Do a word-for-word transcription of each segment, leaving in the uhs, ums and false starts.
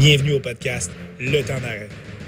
Bienvenue au podcast Le Temps d'arrêt.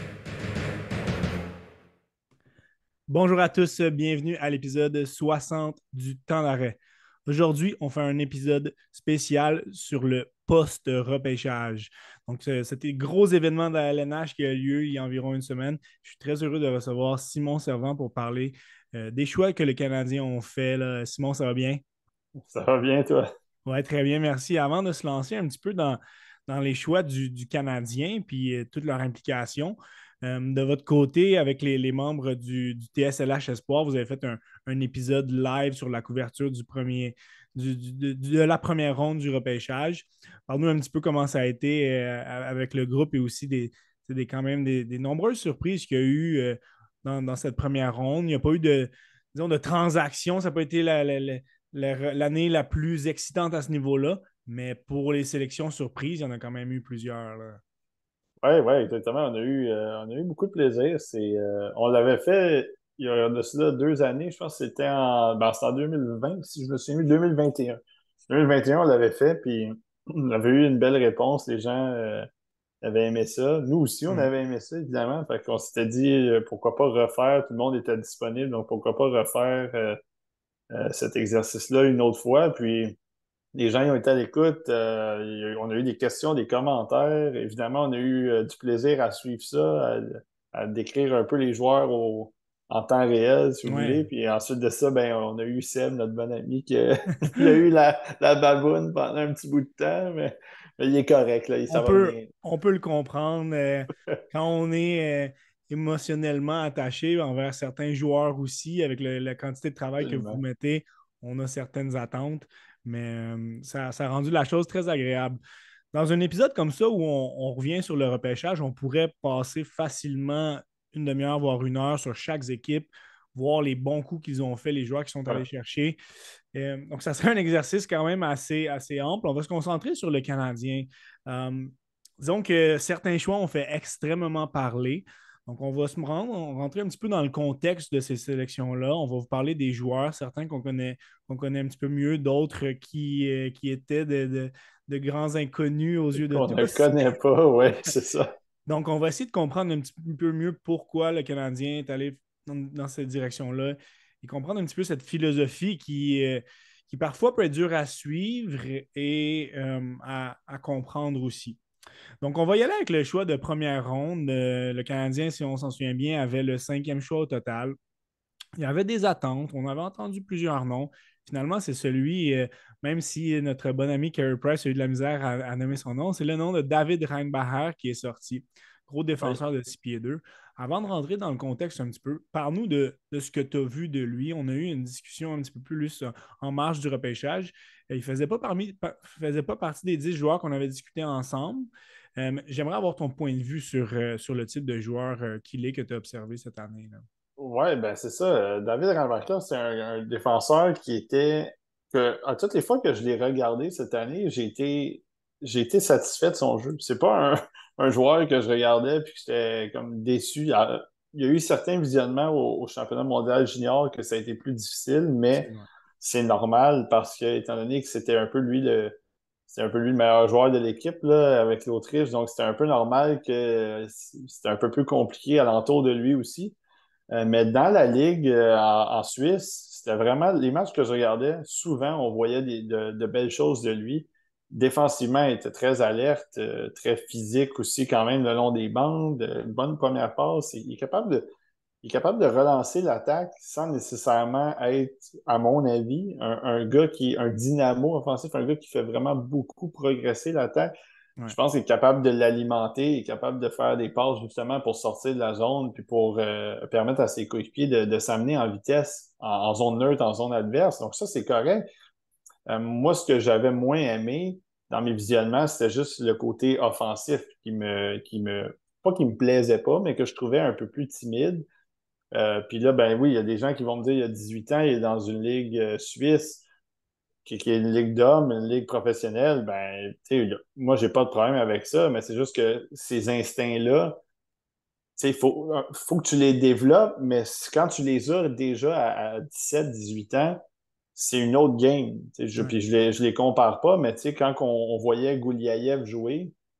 Bonjour à tous, bienvenue à l'épisode soixante du Temps d'arrêt. Aujourd'hui, on fait un épisode spécial sur le post-repêchage. Donc, c'était un gros événement de la L N H qui a lieu il y a environ une semaine. Je suis très heureux de recevoir Simon Servant pour parler euh, des choix que les Canadiens ont fait. Là. Simon, ça va bien? Ça va bien, toi? Oui, très bien, merci. Avant de se lancer un petit peu dans, dans les choix du, du Canadien puis euh, toute leur implication, euh, de votre côté, avec les, les membres du, du T S L H Espoir, vous avez fait un, un épisode live sur la couverture du premier, du, du- de, de la première ronde du repêchage. Parle-nous un petit peu comment ça a été euh, avec le groupe et aussi des, des, quand même des, des nombreuses surprises qu'il y a eu euh, dans, dans cette première ronde. Il n'y a pas eu de, disons, de transactions. Ça n'a pas été la, la- la- l'année la plus excitante à ce niveau-là, mais pour les sélections surprises, il y en a quand même eu plusieurs. Là. Oui, oui, exactement. On a eu, euh, on a eu beaucoup de plaisir. C'est, euh, on l'avait fait il y a de cela deux années. Je pense que c'était en, ben, c'était en deux mille vingt, si je me souviens, deux mille vingt et un. deux mille vingt et un, on l'avait fait, puis on avait eu une belle réponse. Les gens euh, avaient aimé ça. Nous aussi, on Mm. avait aimé ça, évidemment. Fait qu'on s'était dit, euh, pourquoi pas refaire. Tout le monde était disponible, donc pourquoi pas refaire euh, euh, cet exercice-là une autre fois. Puis les gens ils ont été à l'écoute. Euh, il y a eu- on a eu des questions, des commentaires. Évidemment, on a eu euh, du plaisir à suivre ça, à, à décrire un peu les joueurs au- en temps réel, si vous voulez. Ouais. Puis ensuite de ça, ben, on a eu Seb, notre bon ami, qui a, il a eu la, la baboune pendant un petit bout de temps, mais, mais il est correct, là, On ça va peut, bien. on peut le comprendre. Euh, quand on est euh, émotionnellement attaché envers certains joueurs aussi, avec le- la quantité de travail que vous Absolument. mettez, on a certaines attentes, mais euh, ça, ça a rendu la chose très agréable. Dans un épisode comme ça où on, on revient sur le repêchage, on pourrait passer facilement une demi-heure, voire une heure sur chaque équipe, voir les bons coups qu'ils ont fait, les joueurs qui sont allés Ouais. chercher. Euh, donc, ça serait un exercice quand même assez, assez ample. On va se concentrer sur le Canadien. Euh, disons que certains choix ont fait extrêmement parler. Donc, on va se rendre, on rentrer un petit peu dans le contexte de ces sélections-là. On va vous parler des joueurs, certains qu'on connaît, qu'on connaît un petit peu mieux, d'autres qui, euh, qui étaient de, de, de grands inconnus aux yeux de Qu'on ne tous. connaît pas, ouais, c'est ça. Donc, on va essayer de comprendre un petit peu mieux pourquoi le Canadien est allé dans, dans cette direction-là et comprendre un petit peu cette philosophie qui, euh, qui parfois peut être dure à suivre et euh, à, à comprendre aussi. Donc, on va y aller avec le choix de première ronde. Euh, le Canadien, si on s'en souvient bien, avait le cinquième choix au total. Il y avait des attentes. On avait entendu plusieurs noms. Finalement, c'est celui, euh, même si notre bon ami Carey Price a eu de la misère à, à nommer son nom, c'est le nom de David Reinbacher qui est sorti. Gros Ouais. défenseur de six pieds deux. Avant de rentrer dans le contexte un petit peu, parle-nous de, de ce que tu as vu de lui. On a eu une discussion un petit peu plus en, en marge du repêchage. Il ne faisait, pas parmi, faisait pas partie des dix joueurs qu'on avait discuté ensemble. Euh, J'aimerais avoir ton point de vue sur, euh, sur le type de joueur euh, qu'il est que tu as observé cette année. Là. Ouais, ben c'est ça. Euh, David Rambacka, c'est un, un défenseur qui était que à toutes les fois que je l'ai regardé cette année, j'ai été j'ai été satisfait de son jeu. C'est pas un, un joueur que je regardais puis que j'étais comme déçu. Il y a, il y a eu certains visionnements au, au championnat mondial junior que ça a été plus difficile, mais Absolument. c'est normal parce que étant donné que c'était un peu lui le c'était un peu lui le meilleur joueur de l'équipe là, avec l'Autriche, donc c'était un peu normal que c'était un peu plus compliqué alentour de lui aussi. Euh, mais dans la Ligue euh, en, en Suisse, c'était vraiment les matchs que je regardais, souvent on voyait des- de, de belles choses de lui. Défensivement, il était très alerte, euh, très physique aussi quand même le long des bandes, euh, une bonne première passe. Il, il est capable de, il est capable de relancer l'attaque sans nécessairement être, à mon avis, un, un gars qui est un dynamo offensif, un gars qui fait vraiment beaucoup progresser l'attaque. Je Ouais. pense qu'il est capable de l'alimenter, il est capable de faire des passes justement pour sortir de la zone, puis pour euh, permettre à ses coéquipiers de, de s'amener en vitesse, en, en zone neutre, en zone adverse. Donc ça, c'est correct. Euh, moi, ce que j'avais moins aimé dans mes visionnements, c'était juste le côté offensif qui me, qui me, pas qui me plaisait pas, mais que je trouvais un peu plus timide. Euh, puis là, ben oui, il y a des gens qui vont me dire, il y a dix-huit ans, il est dans une ligue euh, suisse qui, qui est une ligue d'hommes, une ligue professionnelle, ben, tu sais, moi, j'ai pas de problème avec ça, mais c'est juste que ces instincts-là, tu sais, il faut, faut que tu les développes, mais quand tu les as déjà à, à dix-sept, dix-huit ans, c'est une autre game. Tu sais, je, Ouais. puis je les, je les compare pas, mais tu sais, quand on, on voyait Gouliaïev jouer,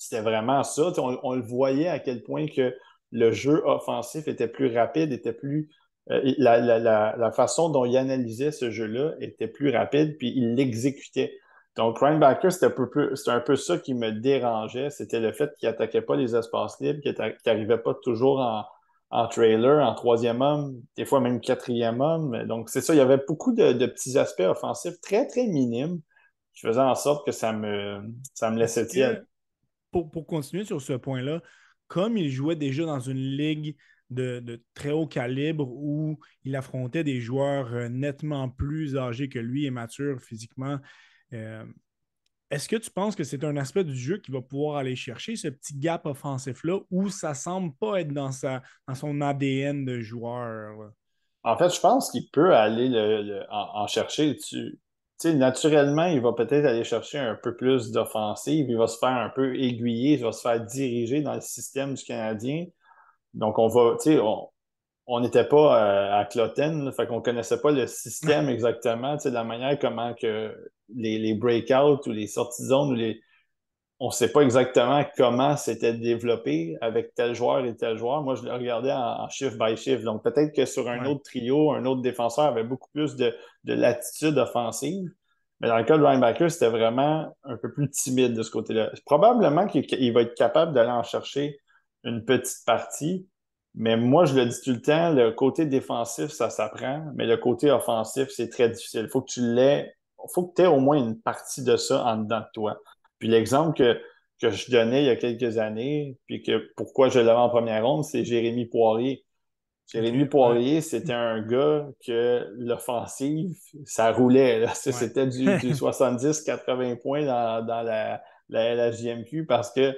c'était vraiment ça. On, on le voyait à quel point que le jeu offensif était plus rapide, était plus. Euh, la, la, la, la, façon dont il analysait ce jeu-là était plus rapide, puis il l'exécutait. Donc, Ryan Backer, c'était un peu, c'était un peu ça qui me dérangeait. C'était le fait qu'il n'attaquait pas les espaces libres, qu'il n'arrivait pas toujours en, en trailer, en troisième homme, des fois même quatrième homme. Donc, c'est ça, il y avait beaucoup de, de petits aspects offensifs très, très minimes qui faisaient en sorte que ça me, ça me Est-ce laissait tiède. que, pour, pour continuer sur ce point-là, comme il jouait déjà dans une ligue de, de très haut calibre où il affrontait des joueurs euh, nettement plus âgés que lui et matures physiquement, euh, est-ce que tu penses que c'est un aspect du jeu qui va pouvoir aller chercher ce petit gap offensif-là où ça semble pas être dans, sa, dans son A D N de joueur? Là? En fait, je pense qu'il peut aller le, le- en, en chercher. Tu, tu sais, naturellement, il va peut-être aller chercher un peu plus d'offensive. Il va se faire un peu aiguiller, il va se faire diriger dans le système du Canadien. Donc, on va, tu sais, on on n'était pas euh, à Cloten, là, fait qu'on connaissait pas le système exactement, tu sais, de la manière comment que les, les breakouts ou les sorties de zone ou les, on ne sait pas exactement comment c'était développé avec tel joueur et tel joueur. Moi, je le regardais en, en shift by shift. Donc, peut-être que sur un Ouais, autre trio, un autre défenseur avait beaucoup plus de, de latitude offensive. Mais dans le cas de Ryan Backer, c'était vraiment un peu plus timide de ce côté-là. Probablement qu'il qu'il va être capable d'aller en chercher une petite partie. Mais moi, je le dis tout le temps, le côté défensif, ça s'apprend. Mais le côté offensif, c'est très difficile. Il faut que tu l'aies. Il faut que tu aies au moins une partie de ça en dedans de toi. Puis l'exemple que, que je donnais il y a quelques années, puis que pourquoi je l'avais en première ronde, c'est Jérémy Poirier. ok, Jérémy ouais, Poirier, c'était un gars que l'offensive, ça roulait. Là. ouais. C'était du, du soixante-dix quatre-vingts points dans, dans la, la L H J M Q parce que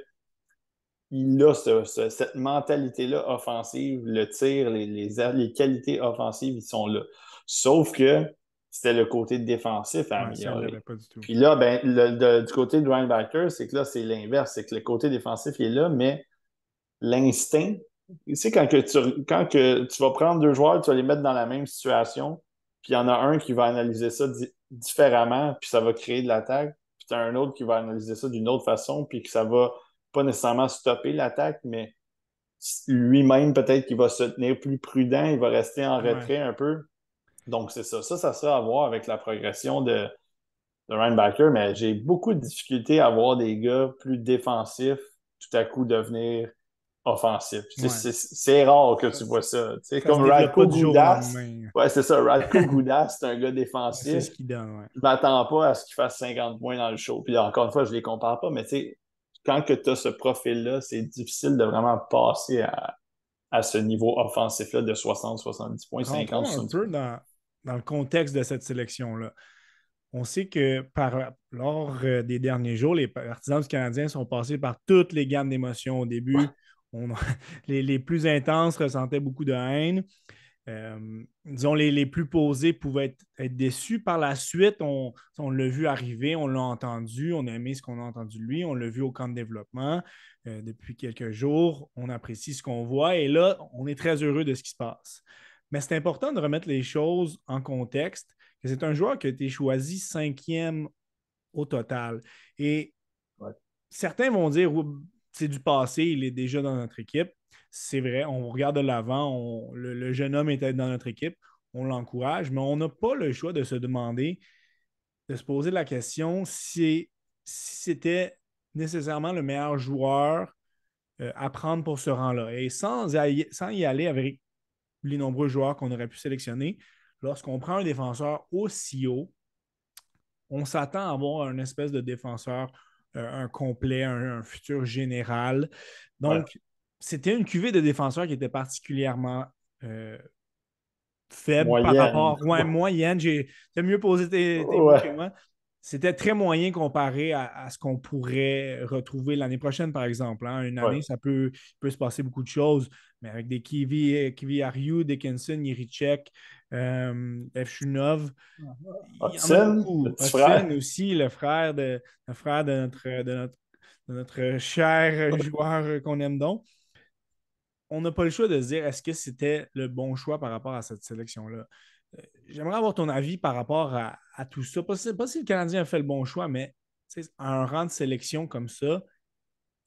il a ce- ce- cette mentalité-là offensive, le tir, les, les, les qualités offensives, ils sont là. Sauf que c'était le côté défensif à Ouais, ça ne l'avait améliorer. pas du tout. Puis là, ben, le- de- du côté de Ryan Backer, c'est que là, c'est l'inverse. C'est que le côté défensif il est là, mais l'instinct, tu sais, quand, que tu, quand que tu vas prendre deux joueurs, tu vas les mettre dans la même situation, puis il y en a un qui va analyser ça di- différemment, puis ça va créer de l'attaque, puis tu as un autre qui va analyser ça d'une autre façon, puis que ça va pas nécessairement stopper l'attaque, mais lui-même, peut-être qu'il va se tenir plus prudent, il va rester en Ouais, retrait un peu. Donc, c'est ça. Ça, ça sera à voir avec la progression de, de Ryan Backer, mais j'ai beaucoup de difficultés à voir des gars plus défensifs tout à coup devenir offensifs. Tu sais, ouais. C'est c'est rare que Ça, tu vois ça. Tu sais, ça se comme développe pas Radko du jour au Goudas, lendemain. ouais, c'est ça. Radko Goudas, c'est un gars Ouais, c'est défensif. ce qu'il donne, ouais. Je m'attends pas à ce qu'il fasse cinquante points dans le show. Puis là, encore une fois, je les compare pas, mais tu sais, quand tu as ce profil-là, c'est difficile de vraiment passer à, à ce niveau offensif-là de soixante, soixante-dix points, cinquante, Rentrons un soixante-dix peu points. dans, dans le contexte de cette sélection-là. On sait que par, lors euh, des derniers jours, les partisans du Canadien sont passés par toutes les gammes d'émotions. Au début, on, les, les plus intenses ressentaient beaucoup de haine. Euh, disons, les, les plus posés pouvaient être, être déçus. Par la suite, on, on l'a vu arriver, on l'a entendu, on a aimé ce qu'on a entendu de lui, on l'a vu au camp de développement euh, depuis quelques jours, on apprécie ce qu'on voit et là, on est très heureux de ce qui se passe. Mais c'est important de remettre les choses en contexte, que c'est un joueur qui a été choisi cinquième au total. Et Ouais. certains vont dire c'est du passé, il est déjà dans notre équipe. C'est vrai, on regarde de l'avant, on, le, le, jeune homme était dans notre équipe, on l'encourage, mais on n'a pas le choix de se demander, de se poser la question si, si c'était nécessairement le meilleur joueur euh, à prendre pour ce rang-là. Et sans, y, sans y aller avec les nombreux joueurs qu'on aurait pu sélectionner, lorsqu'on prend un défenseur aussi haut, on s'attend à avoir un espèce de défenseur, euh, un complet, un, un, futur général. Ouais. Donc, c'était une cuvée de défenseurs qui était particulièrement euh, faible par Moyenne. rapport. Ouais, moyenne. J'ai mieux posé tes, tes mots que Ouais. moi. C'était très moyen comparé à, à ce qu'on pourrait retrouver l'année prochaine, par exemple. Hein. Une Ouais. année, ça peut, il peut se passer beaucoup de choses, mais avec des Kivi, Kivi Ariou, Dickinson, Yerichek, euh, Evchunov, il y en a Hudson, le beaucoup. petit Hudson frère. aussi, le frère de, le frère de notre, de notre, de notre cher joueur qu'on aime donc. On n'a pas le choix de se dire est-ce que c'était le bon choix par rapport à cette sélection-là. Euh, J'aimerais avoir ton avis par rapport à, à tout ça. Pas, pas si le Canadien a fait le bon choix, mais un rang de sélection comme ça,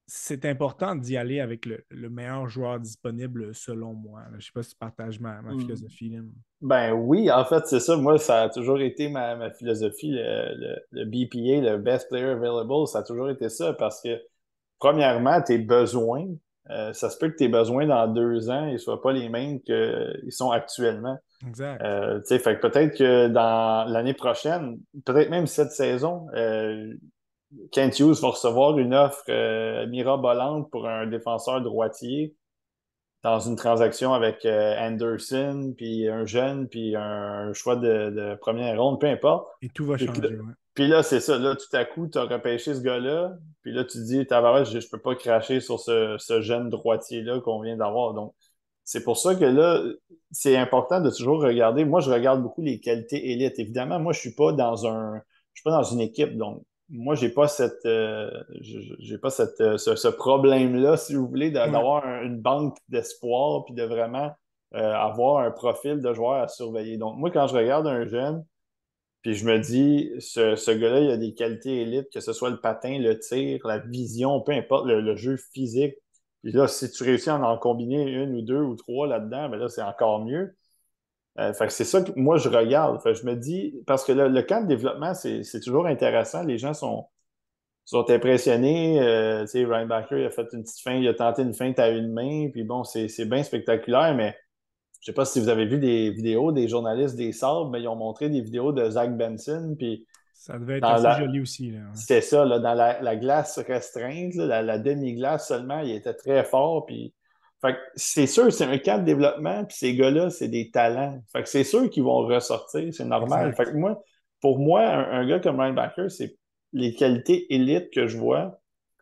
c'est important d'y aller avec le, le meilleur joueur disponible selon moi. Je ne sais pas si tu partages ma, ma Hmm. philosophie. Là. Ben oui, en fait, c'est ça. Moi, ça a toujours été ma, ma philosophie. Le, le, le B P A, le Best Player Available, ça a toujours été ça parce que, premièrement, tes besoins, euh, ça se peut que tes besoins dans deux ans ne soient pas les mêmes qu'ils sont actuellement. Exact. Euh, tu sais, fait que peut-être que dans l'année prochaine, peut-être même cette saison, euh, Kent Hughes va recevoir une offre euh, mirabolante pour un défenseur droitier dans une transaction avec euh, Anderson, puis un jeune, puis un, un choix de, de première ronde, peu importe. Et tout va Puis que là, changer. Ouais. puis là, c'est ça. Là, tout à coup, tu as repêché ce gars-là. Puis là, tu te dis, tabarouette, je, je peux pas cracher sur ce, ce jeune droitier-là qu'on vient d'avoir. Donc, c'est pour ça que là, c'est important de toujours regarder. Moi, je regarde beaucoup les qualités élites. Évidemment, moi, je suis pas dans un, je suis pas dans une équipe. Donc, moi, j'ai pas cette, euh, je- j'ai pas cette, euh, ce, ce problème-là, si vous voulez, de- Ouais. d'avoir un- une banque d'espoir puis de vraiment euh, avoir un profil de joueur à surveiller. Donc, moi, quand je regarde un jeune, puis je me dis, ce, ce gars-là, il a des qualités élites, que ce soit le patin, le tir, la vision, peu importe, le, le jeu physique. Puis là, si tu réussis à en combiner une ou deux ou trois là-dedans, ben là, c'est encore mieux. Euh, fait que c'est ça que moi, je regarde. Fait que je me dis, parce que le, le camp de développement, c'est c'est toujours intéressant. Les gens sont, sont impressionnés. Euh, tu sais, Ryan Backer, il a fait une petite feinte, il a tenté une feinte à une main, puis bon, c'est c'est bien spectaculaire, mais je sais pas si vous avez vu des vidéos des journalistes des Sabres, mais ils ont montré des vidéos de Zach Benson, puis Ça devait être dans assez la, joli aussi. Là. Ouais. c'était ça, là, dans la, la glace restreinte, là, la, la demi-glace seulement, il était très fort. Puis, fait que c'est sûr, c'est un cas de développement, puis ces gars-là, c'est des talents. Fait que c'est sûr qu'ils vont ressortir, c'est normal. Fait Exact. que moi, pour moi, un, un gars comme Ryan Backer, c'est les qualités élites que je vois.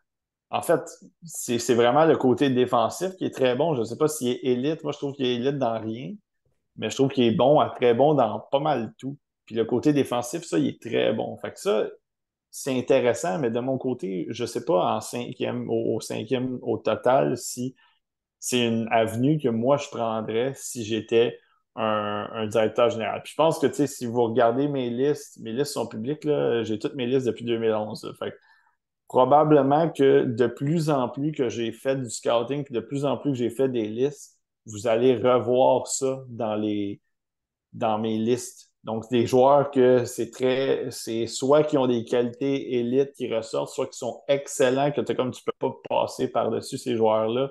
En fait, c'est c'est vraiment le côté défensif qui est très bon. Je ne sais pas s'il est élite. Moi, je trouve qu'il est élite dans rien, mais je trouve qu'il est bon, à très bon dans pas mal tout. Puis le côté défensif, ça, il est très bon. Fait que ça, c'est intéressant, mais de mon côté, je ne sais pas en cinquième, au, au cinquième au total si c'est une avenue que moi je prendrais si j'étais un, un directeur général. Puis je pense que tu sais, si vous regardez mes listes, mes listes sont publiques, là, j'ai toutes mes listes depuis deux mille onze. Là. Fait que probablement que de plus en plus que j'ai fait du scouting, puis de plus en plus que j'ai fait des listes, vous allez revoir ça dans les dans mes listes. Donc, des joueurs que c'est très, c'est soit qui ont des qualités élites qui ressortent, soit qui sont excellents, que tu comme tu peux pas passer par-dessus ces joueurs-là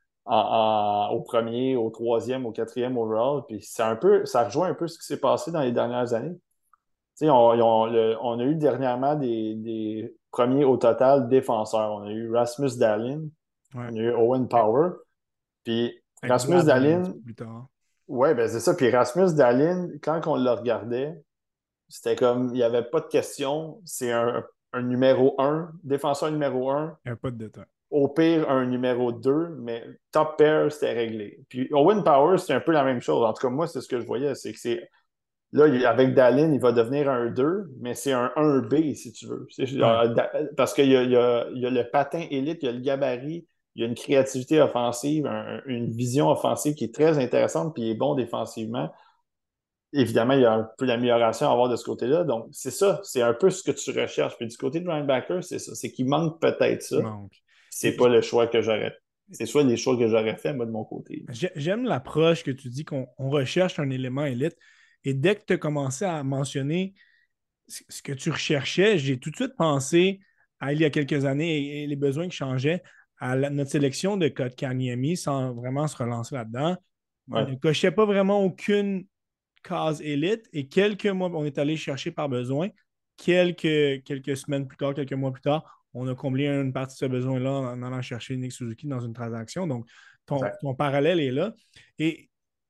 en, en, au premier, au troisième, au quatrième overall. Puis c'est un peu, ça rejoint un peu ce qui s'est passé dans les dernières années. Tu sais, on, on, le, on a eu dernièrement des, des premiers au total défenseurs. On a eu Rasmus Dahlin, Ouais. on a eu Owen Avec, Power. Puis avec Rasmus Vlad un petit Dahlin, peu plus tard. ouais, ben c'est ça. Puis Rasmus Dahlin, quand on le regardait, c'était comme, il n'y avait pas de question. C'est un, un numéro un, défenseur numéro un. Il n'y a pas de détail. Au pire, un numéro deux, mais top pair, c'était réglé. Puis Owen Power, c'est un peu la même chose. En tout cas, moi, c'est ce que je voyais. C'est que c'est. Là, avec Dallin, il va devenir un deux, mais c'est un un B, si tu veux. C'est, Ouais. parce qu'il y a, il y a, il y a le patin élite, il y a le gabarit, il y a une créativité offensive, un, une vision offensive qui est très intéressante, puis il est bon défensivement. Évidemment, il y a un peu d'amélioration à avoir de ce côté-là. Donc, c'est ça, c'est un peu ce que tu recherches. Puis du côté de linebacker, c'est ça. C'est qu'il manque peut-être Il ça. manque. C'est Et pas le choix que j'aurais. C'est soit les choix que j'aurais fait, moi, de mon côté. j'ai- j'aime l'approche que tu dis qu'on on recherche un élément élite. Et dès que tu as commencé à mentionner ce ce que tu recherchais, j'ai tout de suite pensé à il y a quelques années et, et les besoins qui changeaient à la- notre sélection de Kotkaniemi sans vraiment se relancer là-dedans. On Ouais, ne cochait pas vraiment aucune case élite et quelques mois, on est allé chercher par besoin. Quelques, quelques semaines plus tard, quelques mois plus tard, on a comblé une partie de ce besoin-là en allant chercher Nick Suzuki dans une transaction. Donc, ton, exact. ton parallèle est là. Et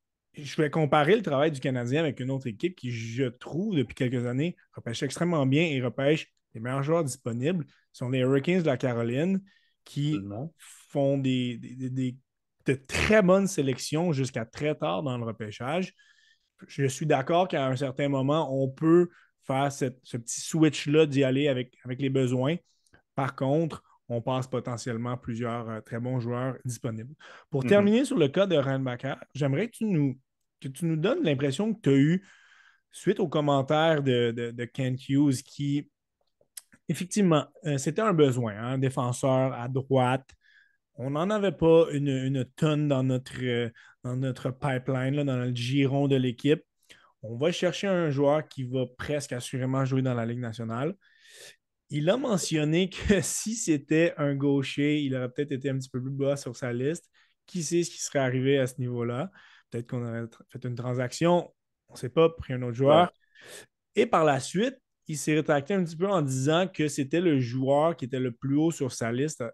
je vais comparer le travail du Canadien avec une autre équipe qui, je trouve, depuis quelques années, repêche extrêmement bien et repêche les meilleurs joueurs disponibles. Ce sont les Hurricanes de la Caroline qui Absolument. font des, des, des, de très bonnes sélections jusqu'à très tard dans le repêchage. Je suis d'accord qu'à un certain moment, on peut faire cette, ce petit switch-là d'y aller avec, avec les besoins. Par contre, on passe potentiellement plusieurs euh, très bons joueurs disponibles. Pour Mhm. terminer sur le cas de Randbacker, j'aimerais que tu nous, que tu nous donnes l'impression que tu as eu, suite aux commentaires de, de, de Kent Hughes, qui Effectivement, euh, c'était un besoin, hein, un défenseur à droite. On n'en avait pas une, une tonne dans notre, euh, dans notre pipeline, là, dans le giron de l'équipe. On va chercher un joueur qui va presque assurément jouer dans la Ligue nationale. Il a mentionné que si c'était un gaucher, il aurait peut-être été un petit peu plus bas sur sa liste. Qui sait ce qui serait arrivé à ce niveau-là? Peut-être qu'on aurait fait une transaction, on ne sait pas, pris un autre Ouais. joueur. Et par la suite, il s'est rétracté un petit peu en disant que c'était le joueur qui était le plus haut sur sa liste.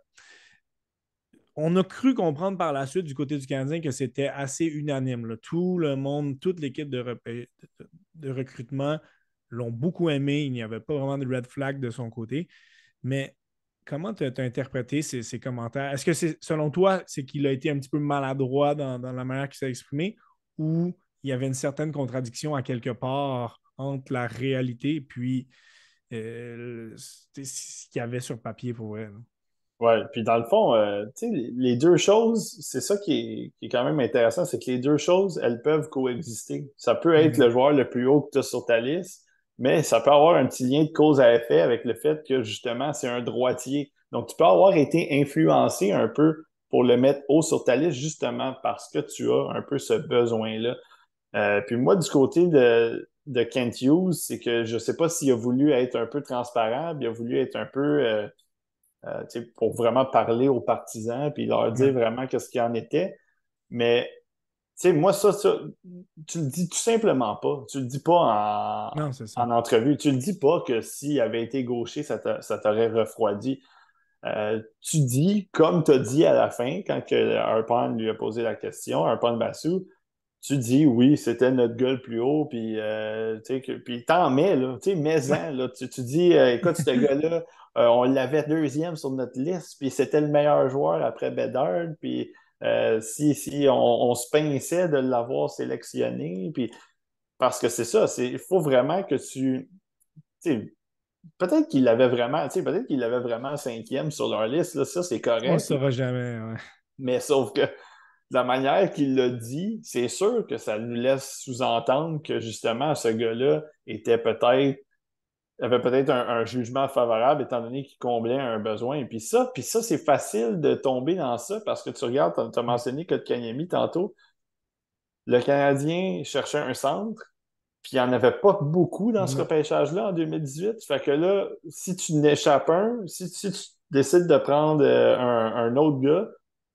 On a cru comprendre par la suite du côté du Canadien que c'était assez unanime, là. Tout le monde, toute l'équipe de, repé- de, de recrutement l'ont beaucoup aimé. Il n'y avait pas vraiment de red flag de son côté. Mais comment tu as interprété ces, ces commentaires? Est-ce que c'est, selon toi, c'est qu'il a été un petit peu maladroit dans, dans la manière qu'il s'est exprimé ou il y avait une certaine contradiction à quelque part entre la réalité et puis euh, ce qu'il y avait sur papier pour elle? Ouais, puis dans le fond, euh, tu sais, les les deux choses, c'est ça qui est, qui est quand même intéressant, c'est que les deux choses, elles peuvent coexister. Ça peut être Mhm. le joueur le plus haut que tu as sur ta liste, mais ça peut avoir un petit lien de cause à effet avec le fait que justement, c'est un droitier. Donc, tu peux avoir été influencé un peu pour le mettre haut sur ta liste, justement parce que tu as un peu ce besoin-là. Euh, puis moi, du côté de, de Kent Hughes, c'est que je sais pas s'il a voulu être un peu transparent, puis il a voulu être un peu... euh, euh, tu sais, pour vraiment parler aux partisans puis leur dire Ouais. vraiment qu'est-ce qu'il en était. Mais tu sais, moi, ça, ça, tu le dis tout simplement pas. Tu le dis pas Non, c'est en, ça. en entrevue. Tu le dis pas que s'il avait été gaucher, ça t'a- ça t'aurait refroidi. Euh, tu dis, comme tu as dit à la fin, quand que Harpan lui a posé la question, Harpan Bassou, tu dis oui, c'était notre gars le plus haut, puis euh, tu sais, que- puis t'en mets, là, tu sais, mets-en, là, tu, tu dis, euh, écoute, ce gars-là, euh, on l'avait deuxième sur notre liste, puis c'était le meilleur joueur après Bedard, puis euh, si, si on, on se pinçait de l'avoir sélectionné, puis parce que c'est ça, c'est, il faut vraiment que tu, tu sais, peut-être qu'il avait vraiment, tu sais, peut-être qu'il avait vraiment cinquième sur leur liste, là, ça c'est On ne correct, là, saura jamais. Ouais. mais sauf que de la manière qu'il l'a dit, c'est sûr que ça nous laisse sous-entendre que justement, ce gars-là était peut-être avait peut-être un, un jugement favorable étant donné qu'il comblait un besoin. Et puis ça, puis ça, c'est facile de tomber dans ça parce que tu regardes, tu as mentionné Kotkaniemi tantôt, le Canadien cherchait un centre, puis il n'y en avait pas beaucoup dans ce Non. repêchage-là en deux mille dix-huit. Fait que là, si tu n'échappes un, si, si tu décides de prendre euh, un, un autre gars,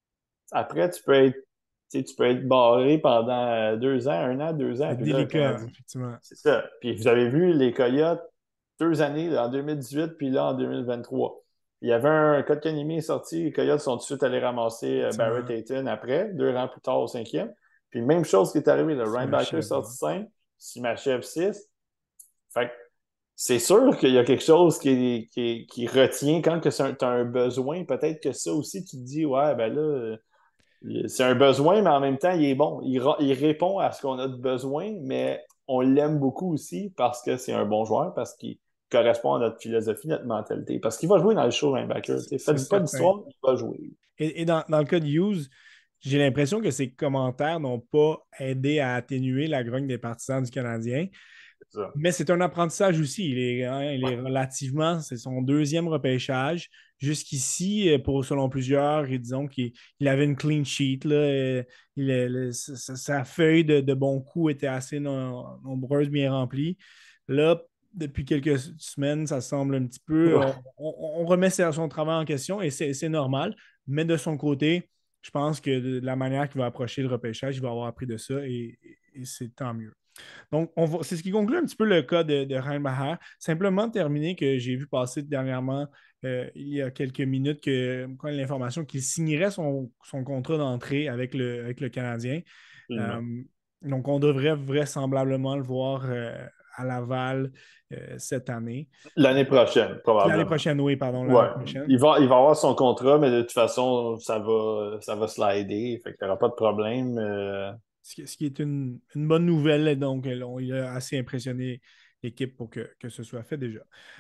après, tu peux être, tu sais, tu peux être barré pendant euh, deux ans, un an, deux ans, C'est puis là, le délicat, Canadien. effectivement. C'est ça. Puis vous avez vu les Coyotes, deux années, là, en deux mille dix-huit, puis là, en deux mille vingt-trois. Il y avait un Kotkaniemi sorti, les Coyotes sont tout de suite allés ramasser euh, Barrett Effectivement. Hayton après, deux rangs plus tard au cinquième. Puis même chose qui est arrivé, le Ryan Backer Simachev, sorti ouais. cinq, Simachev six. Fait que c'est sûr qu'il y a quelque chose qui, qui, qui retient quand tu as un besoin. Peut-être que ça aussi, tu te dis, ouais, ben là, euh, c'est un besoin, mais en même temps, il est bon. Il, ra- il répond à ce qu'on a de besoin, mais on l'aime beaucoup aussi parce que c'est un bon joueur, parce qu'il correspond à notre philosophie, notre mentalité. Parce qu'il va jouer dans le show linebacker. C'est c'est Faites pas certain. d'histoire, il va jouer. Et, et dans, dans le cas de Hughes, j'ai l'impression que ses commentaires n'ont pas aidé à atténuer la grogne des partisans du Canadien. C'est ça. Mais c'est un apprentissage aussi. Il est, hein, il est relativement, c'est son deuxième repêchage. Jusqu'ici, euh, pour, selon plusieurs, et disons qu'il il avait une clean sheet. Là, euh, il, le- sa, sa feuille de, de bons coups était assez no- nombreuse, bien remplie. Là, depuis quelques semaines, ça semble un petit peu. On, on- on remet son travail en question et c'est c'est normal. Mais de son côté, je pense que de la manière qu'il va approcher le repêchage, il va avoir appris de ça et, et c'est tant mieux. Donc, on va- c'est ce qui conclut un petit peu le cas de, de Reinbacher. Simplement terminer que j'ai vu passer dernièrement, euh, il y a quelques minutes, que, quand l'information qu'il signerait son, son contrat d'entrée avec le, avec le Canadien. Euh, Absolument. donc, on devrait vraisemblablement le voir euh, à Laval euh, cette année. L'année prochaine, L'année probablement. prochaine, oui, pardon, l'année Ouais. prochaine. Il va, il va avoir son contrat, mais de toute façon, ça va, ça va slider. Fait qu'il n'y aura pas de problème. euh, Ce qui, ce qui est une, une bonne nouvelle. Donc, on- il a assez impressionné l'équipe pour que, que ce soit fait déjà.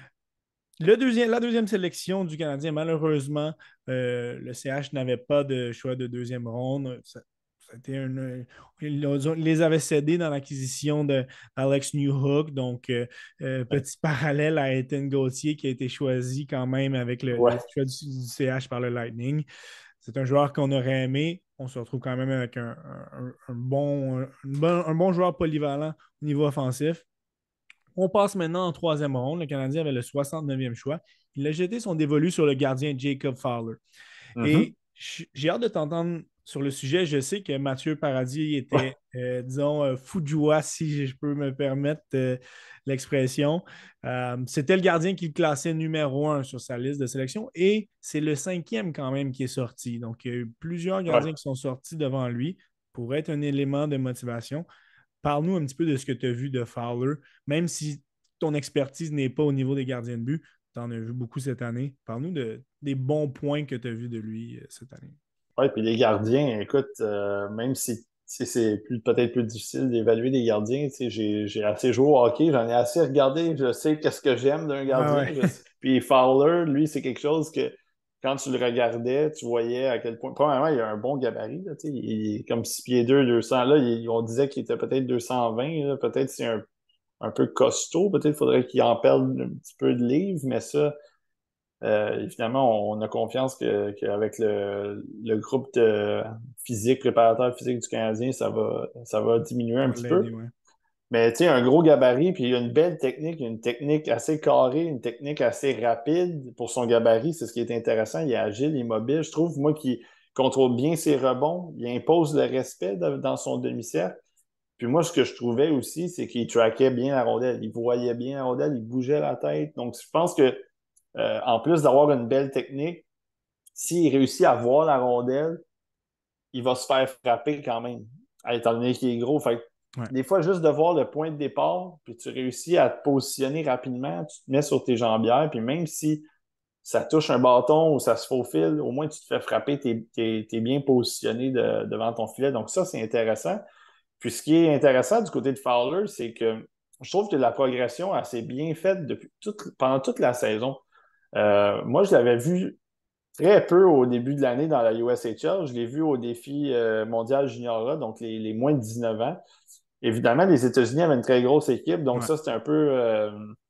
Le deuxième, la deuxième sélection du Canadien, malheureusement, euh, le C H n'avait pas de choix de deuxième ronde. Ça, C'était une, ils les avaient cédés dans l'acquisition d'Alex Newhook. Donc, euh, euh, petit parallèle à Ethan Gauthier qui a été choisi quand même avec le, le Ouais. choix du, du C H par le Lightning. C'est un joueur qu'on aurait aimé. On se retrouve quand même avec un, un, un bon, un, bon, un bon joueur polyvalent au niveau offensif. On passe maintenant en troisième ronde. Le Canadien avait le soixante-neuvième choix. Il a jeté son dévolu sur le gardien Jacob Fowler. Mm-hmm. Et j'ai hâte de t'entendre sur le sujet. Je sais que Mathieu Paradis était, euh, disons, euh, fou de joie, si je peux me permettre euh, l'expression. Euh, C'était le gardien qui le classait numéro un sur sa liste de sélection et c'est le cinquième quand même qui est sorti. Donc, il y a eu plusieurs Ouais. gardiens qui sont sortis devant lui pour être un élément de motivation. Parle-nous un petit peu de ce que tu as vu de Fowler, même si ton expertise n'est pas au niveau des gardiens de but. Tu en as vu beaucoup cette année. Parle-nous de, des bons points que tu as vus de lui euh, cette année. Oui, puis les gardiens, écoute, euh, même si c'est plus, peut-être plus difficile d'évaluer les gardiens, j'ai, j'ai assez joué au hockey, j'en ai assez regardé, je sais qu'est-ce que j'aime d'un Ah gardien. ouais. Je sais. Puis Fowler, lui, c'est quelque chose que quand tu le regardais, tu voyais à quel point. Premièrement, il a un bon gabarit, là, il est comme six pieds deux, deux cents. Là, il, on disait qu'il était peut-être deux cent vingt, là, peut-être c'est un, un peu costaud, peut-être qu'il faudrait qu'il en perde un petit peu de livres, mais ça. Euh, évidemment, on a confiance qu'avec que le, le groupe de physique, préparateur physique du Canadien, ça va, ça va diminuer Ça un va petit l'aider, peu. ouais. Mais tu sais, un gros gabarit, puis il a une belle technique, une technique assez carrée, une technique assez rapide pour son gabarit. C'est ce qui est intéressant. Il est agile, il est mobile. Je trouve, moi, qu'il contrôle bien ses rebonds. Il impose le respect de, dans son demi-cercle. Puis moi, ce que je trouvais aussi, c'est qu'il traquait bien la rondelle. Il voyait bien la rondelle, il bougeait la tête. Donc, je pense que euh, en plus d'avoir une belle technique, s'il réussit à voir la rondelle, il va se faire frapper quand même, étant donné qu'il est gros. Fait que, Ouais. des fois, juste de voir le point de départ, puis tu réussis à te positionner rapidement, tu te mets sur tes jambières, puis même si ça touche un bâton ou ça se faufile, au moins tu te fais frapper, tu es bien positionné de, devant ton filet. Donc ça, c'est intéressant. Puis ce qui est intéressant du côté de Fowler, c'est que je trouve que la progression a s'est bien faite depuis toute, pendant toute la saison. Euh, moi, je l'avais vu très peu au début de l'année dans la U S H L. Je l'ai vu au défi euh, mondial junior A, donc les, les moins de dix-neuf ans. Évidemment, les États-Unis avaient une très grosse équipe, donc Ouais. ça, c'était un peu, euh,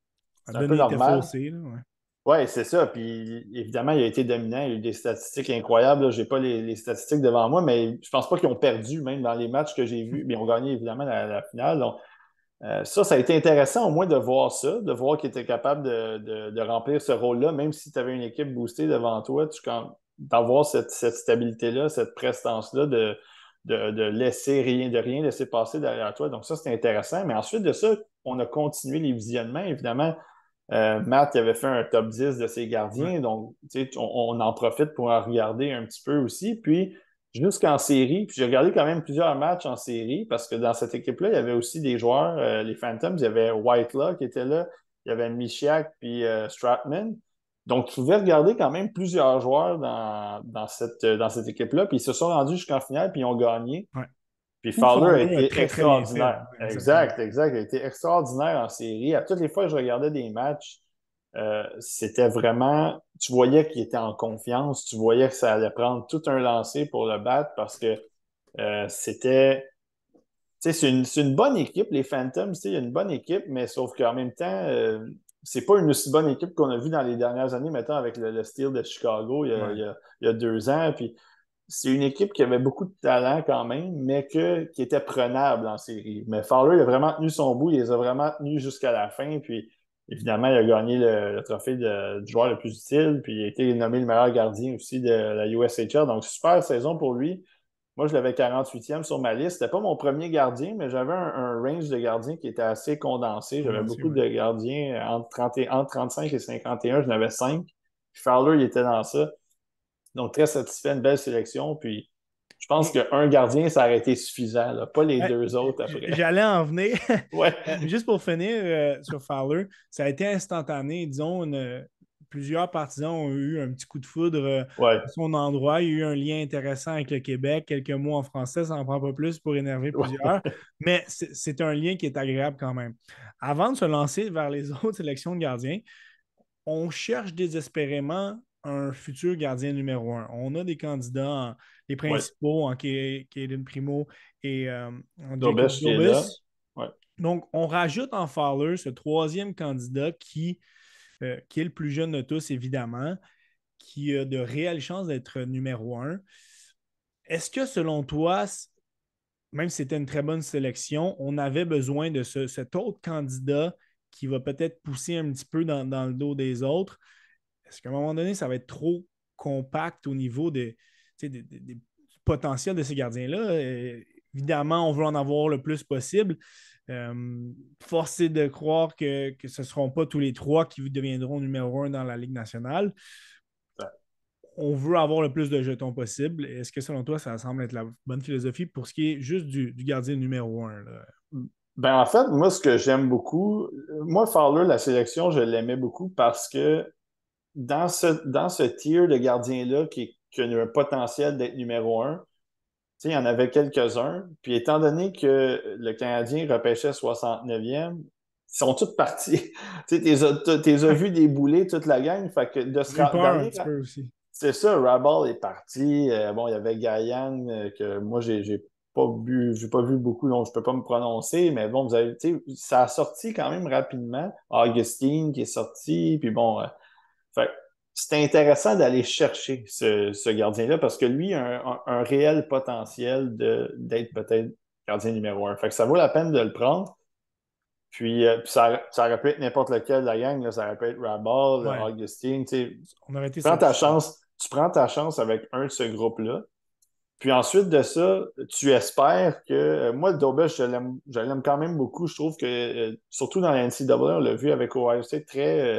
La c'est un peu donnée était normal. faussée. Là, ouais. Oui, c'est ça. Puis évidemment, il a été dominant. Il y a eu des statistiques incroyables. Je n'ai pas les, les, statistiques devant moi, mais je pense pas qu'ils ont perdu, même dans les matchs que j'ai vus. Mais ils ont gagné évidemment la, la finale. Donc, Euh, ça, ça a été intéressant au moins de voir ça, de voir qu'il était capable de, de, de remplir ce rôle-là, même si tu avais une équipe boostée devant toi, tu, d'avoir cette, cette stabilité-là, cette prestance-là, de, de, de laisser rien, de rien laisser passer derrière toi. Donc ça, c'est intéressant. Mais ensuite de ça, on a continué les visionnements. Évidemment, euh, Matt avait fait un top dix de ses Ouais. gardiens, donc on, on en profite pour en regarder un petit peu aussi. Puis, jusqu'en série, puis j'ai regardé quand même plusieurs matchs en série parce que dans cette équipe-là, il y avait aussi des joueurs, euh, les Phantoms, il y avait Whitelaw qui était là, il y avait Michiak puis euh, Stratman. Donc, tu pouvais regarder quand même plusieurs joueurs dans, dans cette, dans cette équipe-là, puis ils se sont rendus jusqu'en finale, puis ils ont gagné. Ouais. Puis Ou Fowler a Fowler a été très, très bien fait. extraordinaire. Ouais, exactement. Exact, exact. Il a été extraordinaire en série. À toutes les fois que je regardais des matchs, euh, c'était vraiment, tu voyais qu'il était en confiance, tu voyais que ça allait prendre tout un lancer pour le battre parce que euh, c'était, tu sais, c'est une, c'est une bonne équipe, les Phantoms, tu sais, il y a une bonne équipe, mais sauf qu'en même temps, euh, c'est pas une aussi bonne équipe qu'on a vu dans les dernières années, mettons, avec le, le Steel de Chicago il y a, Ouais. il y a, il y a deux ans, puis c'est une équipe qui avait beaucoup de talent quand même, mais que, qui était prenable en série. Mais Fowler, il a vraiment tenu son bout, il les a vraiment tenus jusqu'à la fin, puis évidemment, il a gagné le, le trophée de, du joueur le plus utile, puis il a été nommé le meilleur gardien aussi de la U S H L. Donc, super saison pour lui. Moi, je l'avais quarante-huitième sur ma liste. C'était pas mon premier gardien, mais j'avais un, un range de gardiens qui était assez condensé. J'avais Condensé, beaucoup ouais. de gardiens entre, trente et, entre trente-cinq et cinquante et un. J'en avais cinq. Puis Fowler, il était dans ça. Donc, très satisfait, une belle sélection. Puis, je pense Et, qu'un gardien, ça aurait été suffisant, là. Pas les ouais, deux autres après. j'allais en venir. Ouais. Euh, juste pour finir euh, sur Fowler, ça a été instantané. Disons, une, plusieurs partisans ont eu un petit coup de foudre euh, Ouais. à son endroit. Il y a eu un lien intéressant avec le Québec. Quelques mots en français, ça n'en prend pas plus pour énerver plusieurs. Mais c'est, c'est un lien qui est agréable quand même. Avant de se lancer vers les autres sélections de gardiens, on cherche désespérément un futur gardien numéro un. On a des candidats, en- les Ouais. principaux, en Caden Primo et euh, en Jacob Dobesch qui est là. Dobes. Ouais. Donc, on rajoute en Fowler ce troisième candidat qui, euh, qui est le plus jeune de tous, évidemment, qui a de réelles chances d'être numéro un. Est-ce que, selon toi, même si c'était une très bonne sélection, on avait besoin de ce, cet autre candidat qui va peut-être pousser un petit peu dans, dans le dos des autres? Est-ce qu'à un moment donné, ça va être trop compact au niveau des, des, des, des potentiels de ces gardiens-là? Euh, évidemment, on veut en avoir le plus possible. Euh, force est de croire que, que ce ne seront pas tous les trois qui deviendront numéro un dans la Ligue nationale. On veut avoir le plus de jetons possible. Est-ce que selon toi, ça semble être la bonne philosophie pour ce qui est juste du, du gardien numéro un? Là? Ben, en fait, moi, ce que j'aime beaucoup, moi, Fowler, la sélection, je l'aimais beaucoup parce que dans ce, dans ce tier de gardiens-là qui, qui a un potentiel d'être numéro un, tu sais, il y en avait quelques-uns. Puis étant donné que le Canadien repêchait soixante-neuvième, ils sont tous partis. Tu sais, t'es as vu débouler toute la gang. Fait que de se J'ai eu ra- peur un d'aller. petit peu aussi. C'est ça, Rabal est parti. Euh, bon, il y avait Gayan, euh, que moi, j'ai j'ai pas vu, j'ai pas vu beaucoup, donc je peux pas me prononcer, mais bon, vous avez, tu sais, ça a sorti quand même rapidement. Augustine qui est sorti, puis bon, euh, fait, c'était intéressant d'aller chercher ce, ce gardien-là parce que lui a un, un- un réel potentiel de, d'être peut-être gardien numéro un. Fait que ça vaut la peine de le prendre. Puis, euh, puis ça, ça aurait pu être n'importe lequel de la gang, là, ça aurait pu être Rabal, Ouais, Augustine, tu sais, on aurait été prends ta satisfait. chance, tu prends ta chance avec un de ce groupe-là. Puis ensuite de ça, tu espères que. Euh, moi, Dobesh, je l'aime, je l'aime quand même beaucoup. Je trouve que, euh, surtout dans la N C A A, on l'a vu avec Ohio State, très, euh,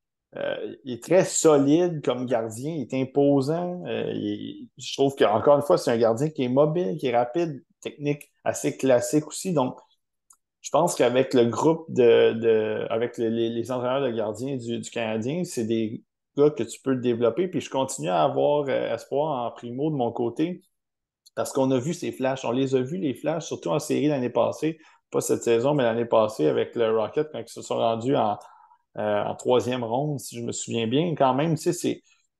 euh, il est très solide comme gardien. Il est imposant. Euh, il- je trouve qu'encore une fois, c'est un gardien qui est mobile, qui est rapide, technique assez classique aussi. Donc, je pense qu'avec le groupe de, de avec les, les- les entraîneurs de gardiens du, du Canadien, c'est des gars que tu peux développer. Puis je continue à avoir euh, espoir en primo de mon côté parce qu'on a vu ces flashs. On les a vus, les flashs, surtout en série l'année passée. Pas cette saison, mais l'année passée avec le Rocket quand ils se sont rendus en, euh, en troisième ronde, si je me souviens bien. Quand même, tu sais, c'est,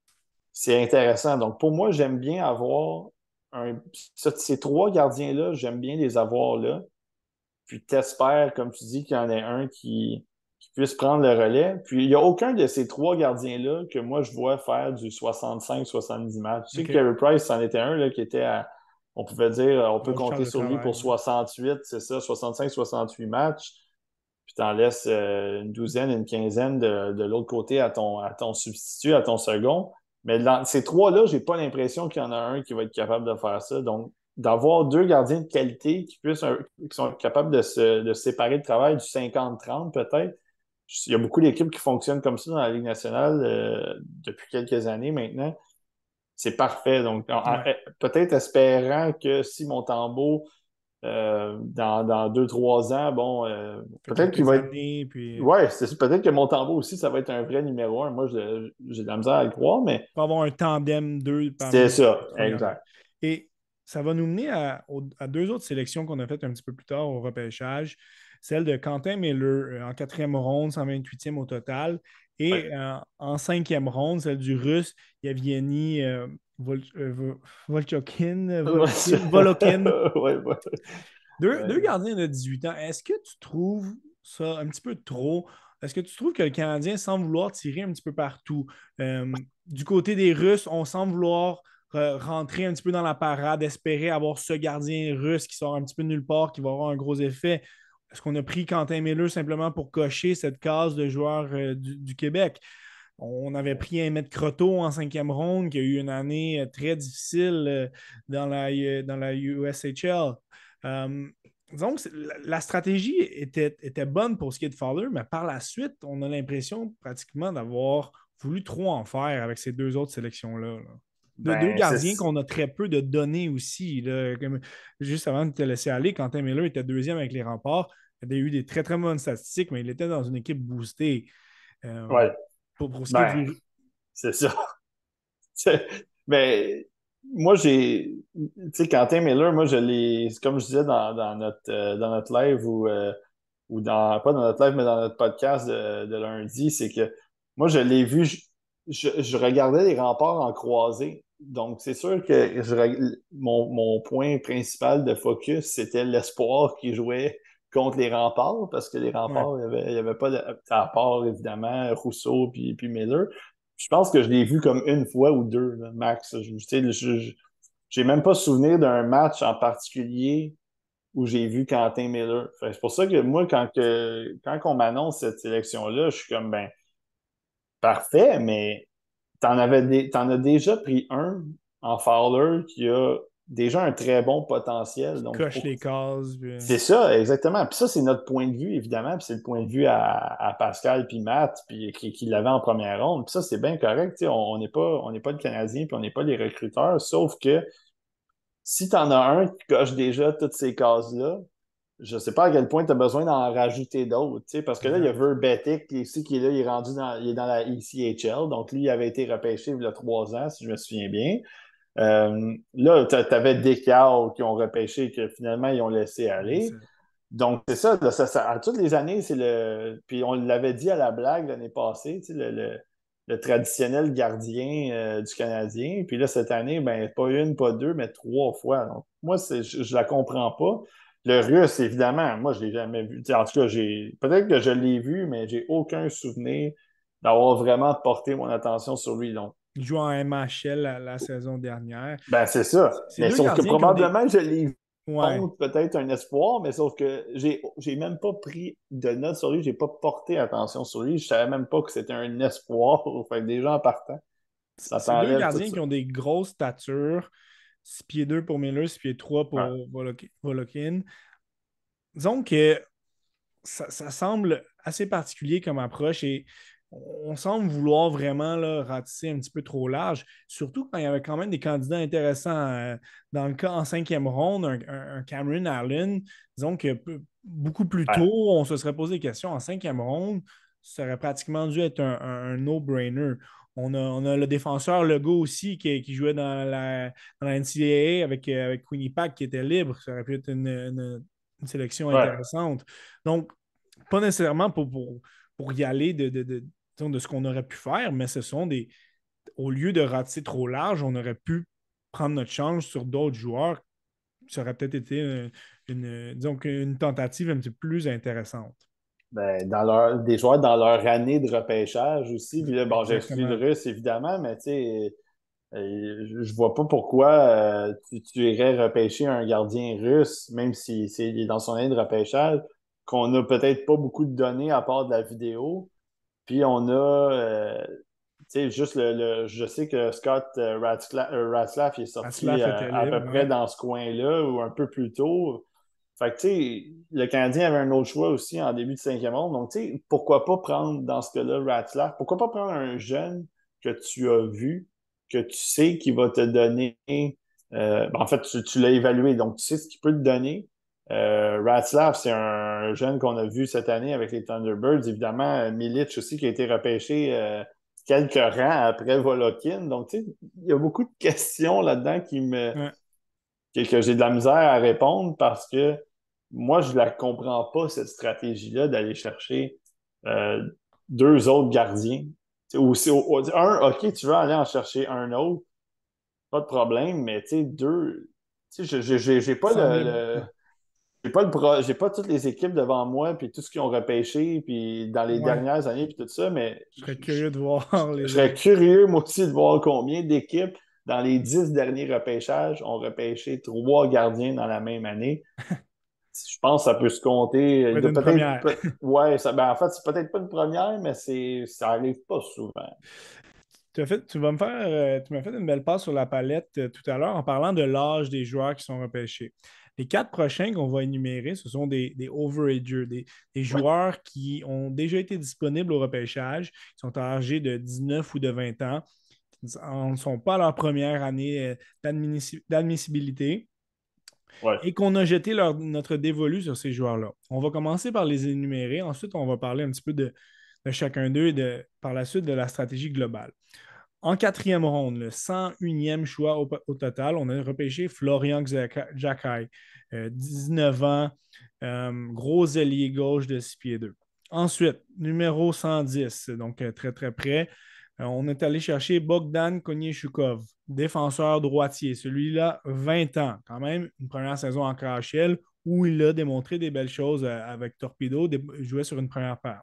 c'est intéressant. Donc pour moi, j'aime bien avoir un, ce- ces trois gardiens-là, j'aime bien les avoir là. Puis t'espères, comme tu dis, qu'il y en ait un qui, qui puisse prendre le relais. Puis il n'y a aucun de ces trois gardiens-là que moi je vois faire du soixante-cinq soixante-dix matchs. Tu sais que OK. Carey Price, c'en était un là, qui était à, on pouvait dire, on peut Grosse charge compter de sur lui pour travail. Ouais. soixante-huit, c'est ça, soixante-cinq soixante-huit matchs. Puis t'en laisses euh, une douzaine, une quinzaine de, de l'autre côté à ton, à ton substitut, à ton second. Mais dans ces trois-là, j'ai pas l'impression qu'il y en a un qui va être capable de faire ça. Donc, d'avoir deux gardiens de qualité qui puissent un- qui sont capables de se, de se séparer de travail du cinquante trente peut-être. Il y a beaucoup d'équipes qui fonctionnent comme ça dans la Ligue nationale euh, depuis quelques années maintenant. C'est parfait. Donc, en- en- Ouais. peut-être espérant que si Montembeault, euh, dans, dans deux, trois ans, bon, euh, Fait peut-être qu'il quelques va être. années, puis Ouais, c'est ça. Peut-être que Montembeault aussi, ça va être un vrai numéro un. Moi, je- j'ai de la misère à le croire, mais pas avoir un tandem d'eux parmi c'est les, ça, les trois gardiens. exact. Et ça va nous mener à, au- à deux autres sélections qu'on a faites un petit peu plus tard au repêchage. Celle de Quentin Miller euh, en quatrième ronde, cent vingt-huitième au total. Ouais. Et euh, en cinquième ronde, celle du Russe, Yevgeny euh, Vol- euh, Vo- Volchokin, Volkin, Volokin. Ouais, ouais. Deux, deux Ouais. gardiens de dix-huit ans. Est-ce que tu trouves ça un petit peu trop? Est-ce que tu trouves que le Canadien semble vouloir tirer un petit peu partout? Euh, du côté des Russes, on semble vouloir euh, rentrer un petit peu dans la parade, espérer avoir ce gardien russe qui sort un petit peu de nulle part, qui va avoir un gros effet. Est-ce qu'on a pris Quentin Miller simplement pour cocher cette case de joueurs euh, du, du Québec? On avait pris un Maître Croteau en cinquième ronde qui a eu une année euh, très difficile euh, dans la, euh, dans la U S H L. Euh, donc, la, la stratégie était, était bonne pour ce qui est de Fowler, mais par la suite, on a l'impression pratiquement d'avoir voulu trop en faire avec ces deux autres sélections-là. Là. De, deux Ben, gardiens c'est. qu'on a très peu de données aussi. Là. Comme, juste avant de te laisser aller, Quentin Miller était deuxième avec les remparts. Il a eu des très, très bonnes statistiques, mais il était dans une équipe boostée. Euh, Ouais. pour, pour ce qui est Ben, du. c'est ça. Mais moi, j'ai. Tu sais, Quentin Miller, moi, je l'ai. C'est comme je disais dans, dans notre, euh, dans notre live ou, euh, ou dans. Pas dans notre live, mais dans notre podcast de, de lundi, c'est que moi, je l'ai vu. je, je regardais les remparts en croisée. Donc, c'est sûr que je, mon, mon point principal de focus, c'était l'espoir qui jouait contre les remparts, parce que les Ouais. remparts, il n'y avait, il y avait pas de. À part, évidemment, Rousseau puis, puis Miller. Je pense que je l'ai vu comme une fois ou deux, là, max. Je, tu sais, je, je- j'ai même pas souvenir d'un match en particulier où j'ai vu Quentin Miller. Fait que c'est pour ça que moi, quand, que, quand on m'annonce cette sélection-là, je suis comme, ben, parfait, mais t'en avais dé- t'en as déjà pris un en Fowler qui a déjà un très bon potentiel. Qui Donc, coche pour- les cases. Puis... c'est ça, exactement. Puis ça, c'est notre point de vue, évidemment. Puis c'est le point de vue à, à Pascal puis Matt, puis qui, qui l'avait en première ronde. Puis ça, c'est bien correct. Tu sais, on on n'est pas, on n'est pas le Canadien, puis on n'est pas les recruteurs. Sauf que si tu en as un qui coche déjà toutes ces cases-là, je ne sais pas à quel point tu as besoin d'en rajouter d'autres. Tu sais, parce que là, il y a Exact. Verbetic qui, ici, qui est là, il est rendu dans, il est dans la E C H L. Donc, lui, il avait été repêché il y a trois ans, si je me souviens bien. Euh, là, tu avais Descartes qui ont repêché, que finalement, ils ont laissé aller. C'est- Donc, c'est ça, là, ça, ça- à toutes les années, c'est le. Puis on l'avait dit à la blague l'année passée, tu sais, le, le- le traditionnel gardien euh, du Canadien. Puis là, cette année, ben, pas une, pas deux, mais trois fois. Donc, moi, c'est, je, je la comprends pas. Le Russe, évidemment, moi, je l'ai jamais vu. Tu sais, en tout cas, j'ai. Peut-être que je l'ai vu, mais j'ai aucun souvenir d'avoir vraiment porté mon attention sur lui. Donc, Il joue en M H L la, la saison dernière. ben, c'est ça. C'est Mais deux sauf que gardiens qui ont des. probablement, je l'ai vu Ouais. contre peut-être un espoir, mais sauf que j'ai j'ai même pas pris de notes sur lui, j'ai pas porté attention sur lui, je savais même pas que c'était un espoir. Fait que déjà en partant, ça C'est deux t'enlève tout gardiens ça. qui ont des grosses statures. six pieds deux pour Miller, six pieds trois Ouais. pour Volok- Volokin. Disons que ça, ça semble assez particulier comme approche et on semble vouloir vraiment là, ratisser un petit peu trop large, surtout quand il y avait quand même des candidats intéressants. Euh, dans le cas en cinquième ronde, un, un- un Cameron Allen, disons que peu- beaucoup plus Ouais. tôt, on se serait posé des questions. En cinquième ronde, ça aurait pratiquement dû être un, un- un no-brainer. On a, on a le défenseur Legault aussi qui, qui jouait dans la, dans la N C A A avec, euh, avec Quinnipiac qui était libre. Ça aurait pu être une, une- une sélection Ouais. intéressante. Donc, pas nécessairement pour, pour, pour y aller de, de, de, disons, de ce qu'on aurait pu faire, mais ce sont des. Au lieu de ratisser trop large, on aurait pu prendre notre chance sur d'autres joueurs. Ça aurait peut-être été une, une, disons, une tentative un petit peu plus intéressante. Ben, dans leur, des joueurs dans leur année de repêchage aussi. Puis là, bon, j'exclus le Exactement. russe, évidemment, mais tu sais, euh, je je vois pas pourquoi euh, tu, tu irais repêcher un gardien russe, même si c'est il est dans son année de repêchage, qu'on n'a peut-être pas beaucoup de données à part de la vidéo. Puis on a, euh, tu sais, juste le, le- je sais que Scott euh, Ratzla- euh, Ratzlaff il est sorti Aslaf euh, était à libre, peu près ouais. dans ce coin-là ou un peu plus tôt. Fait que, tu sais, le Canadien avait un autre choix aussi en début de cinquième ronde. Donc, tu sais, pourquoi pas prendre dans ce cas-là Ratzlaff? Pourquoi pas prendre un jeune que tu as vu, que tu sais qu'il va te donner. Euh, ben, en fait, tu, tu l'as évalué, donc tu sais ce qu'il peut te donner. Euh, Ratzlaff, c'est un jeune qu'on a vu cette année avec les Thunderbirds. Évidemment, Milic aussi qui a été repêché euh, quelques rangs après Volokin. Donc, tu sais, il y a beaucoup de questions là-dedans qui me, Ouais. que, que j'ai de la misère à répondre parce que moi, je ne la comprends pas, cette stratégie-là d'aller chercher euh, deux autres gardiens. Ou si, au- au- un, OK, tu veux aller en chercher un autre, pas de problème, mais tu sais, deux, tu sais, je- je- j'ai pas Ça en le, est. le- j'ai pas le pro- j'ai pas toutes les équipes devant moi, puis tout ce qu'ils ont repêché, puis dans les Ouais. dernières années, puis tout ça, mais Je serais je, je- curieux de voir je les serais autres. curieux, moi aussi, de voir combien d'équipes dans les dix derniers repêchages ont repêché trois gardiens dans la même année. Je pense que ça peut se compter. Ça Il va être doit une peut-être. première. peut- Ouais, ça, ben, en fait, c'est peut-être pas une première, mais c'est, ça arrive pas souvent. Tu, as fait, tu vas me faire, euh, tu m'as fait une belle passe sur la palette euh, tout à l'heure en parlant de l'âge des joueurs qui sont repêchés. Les quatre prochains qu'on va énumérer, ce sont des, des overagers, des, des Ouais, joueurs qui ont déjà été disponibles au repêchage, qui sont âgés de dix-neuf ou de vingt ans, qui ne sont pas à leur première année euh, d'admissi- d'admissibilité ouais. et qu'on a jeté leur- notre dévolu sur ces joueurs-là. On va commencer par les énumérer. Ensuite, on va parler un petit peu de, de chacun d'eux et de, par la suite de la stratégie globale. En quatrième ronde, le cent unième choix au, au total, on a repêché Florian Jacquet, euh, dix-neuf ans, euh, gros ailier gauche de six pieds deux. Ensuite, numéro cent dix, donc euh, très très près, Euh, on est allé chercher Bogdan Konyeshukov, défenseur droitier. Celui-là, vingt ans, quand même, une première saison en K H L où il a démontré des belles choses euh, avec Torpedo, il jouait sur une première paire.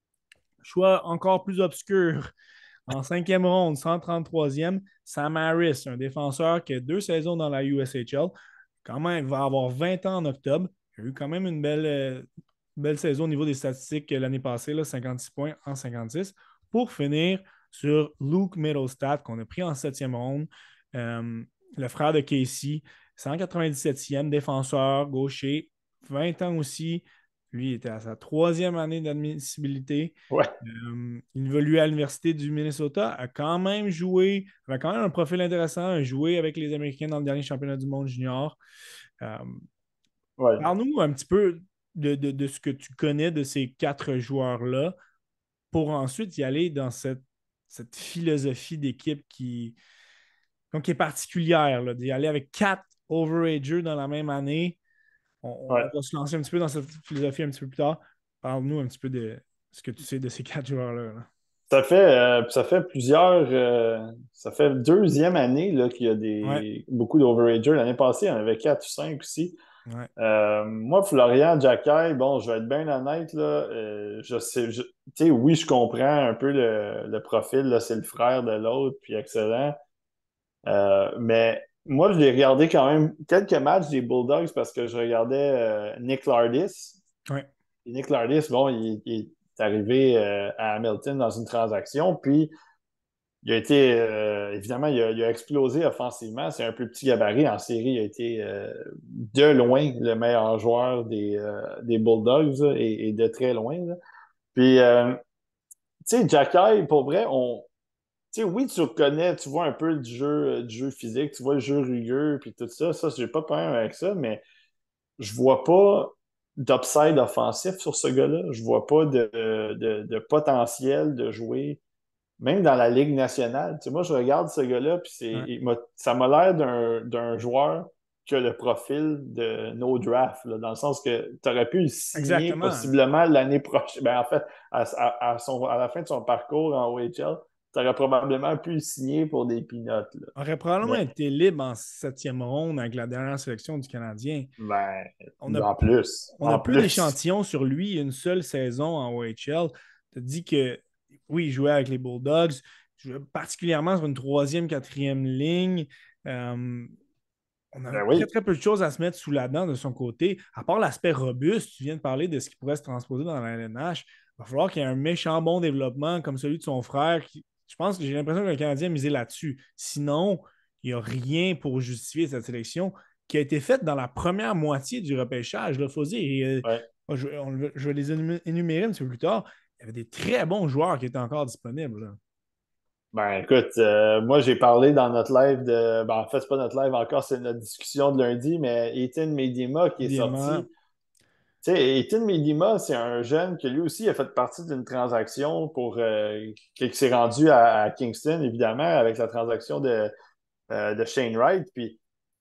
Choix encore plus obscur. En cinquième ronde, cent trente-troisième, Sam Harris, un défenseur qui a deux saisons dans la U S H L. Quand même, il va avoir vingt ans en octobre. Il a eu quand même une belle, euh, belle saison au niveau des statistiques l'année passée, là, cinquante-six points en cinquante-six, pour finir sur Luke Middlestad, qu'on a pris en septième ronde. Euh, le frère de Casey, cent quatre-vingt-dix-septième, défenseur gaucher, vingt ans aussi. Lui, il était à sa troisième année d'admissibilité. Ouais. Euh, il évoluait à l'Université du Minnesota, a quand même joué, avait quand même un profil intéressant, a joué avec les Américains dans le dernier championnat du monde junior. Euh, Ouais. Parle-nous un petit peu de, de, de ce que tu connais de ces quatre joueurs-là pour ensuite y aller dans cette, cette philosophie d'équipe qui, donc, qui est particulière, là, d'y aller avec quatre overagers dans la même année. On, Ouais. on va se lancer un petit peu dans cette philosophie un petit peu plus tard. Parle-nous un petit peu de ce que tu sais de ces quatre joueurs-là. Là. Ça fait, euh, ça fait plusieurs. Euh, ça fait deuxième année là, qu'il y a Ouais, des, beaucoup d'overagers. L'année passée, il y en avait quatre ou cinq aussi. ouais. Euh, moi, Florian Jacquet, bon, je vais être bien honnête, là, euh, je sais, je- tu sais, oui, je comprends un peu le, le profil, là, c'est le frère de l'autre, puis excellent. Euh, mais moi, je l'ai regardé quand même quelques matchs des Bulldogs parce que je regardais euh, Nick Lardis. Ouais. Et Nick Lardis, bon, il, il est arrivé euh, à Hamilton dans une transaction, puis il a été, euh, évidemment, il a, il a explosé offensivement. C'est un plus petit gabarit. En série, il a été euh, de loin le meilleur joueur des, euh, des Bulldogs là, et, et de très loin. Là. Puis, euh, tu sais, Jacky, pour vrai, on, tu sais, oui, tu reconnais, tu vois un peu du jeu, euh, du jeu physique, tu vois le jeu rugueux, puis tout ça. Ça, j'ai pas de problème avec ça, mais je vois pas d'upside offensif sur ce gars-là. Je vois pas de, de, de potentiel de jouer même dans la Ligue nationale. Tu sais, moi, je regarde ce gars-là, puis c'est, Ouais. il m'a- ça m'a l'air d'un, d'un joueur qui a le profil de no draft, là, dans le sens que tu aurais pu le signer Exactement. possiblement l'année prochaine. Ben, en fait, à, à- à son, à la fin de son parcours en O H L, tu aurais probablement pu le signer pour des peanuts. Là. Aurait probablement Mais, été libre en septième ronde avec la dernière sélection du Canadien. ben, On a, en plus, on a en peu plus. d'échantillons sur lui, une seule saison en O H L. Tu as dit que, oui, il jouait avec les Bulldogs, il jouait particulièrement sur une troisième, quatrième ligne. Euh, on a Ben très, oui. très peu de choses à se mettre sous la dent de son côté. À part l'aspect robuste, tu viens de parler de ce qui pourrait se transposer dans la L N H. Il va falloir qu'il y ait un méchant bon développement comme celui de son frère. Qui, je pense que j'ai l'impression que le Canadien a misé là-dessus. Sinon, il n'y a rien pour justifier cette sélection qui a été faite dans la première moitié du repêchage. Il faut dire, et, Ouais. euh, je, on, je, vais les énumérer un petit peu plus tard. Il y avait des très bons joueurs qui étaient encore disponibles. Là. Ben écoute, euh, moi j'ai parlé dans notre live de. Ben, en fait, c'est pas notre live encore, c'est notre discussion de lundi, mais Ethan Medima qui est Évidemment. sorti. Tu sais, Ethan Medima, c'est un jeune qui lui aussi a fait partie d'une transaction pour euh, qui, qui s'est rendu à, à Kingston, évidemment, avec la transaction de, euh, de Shane Wright. Puis,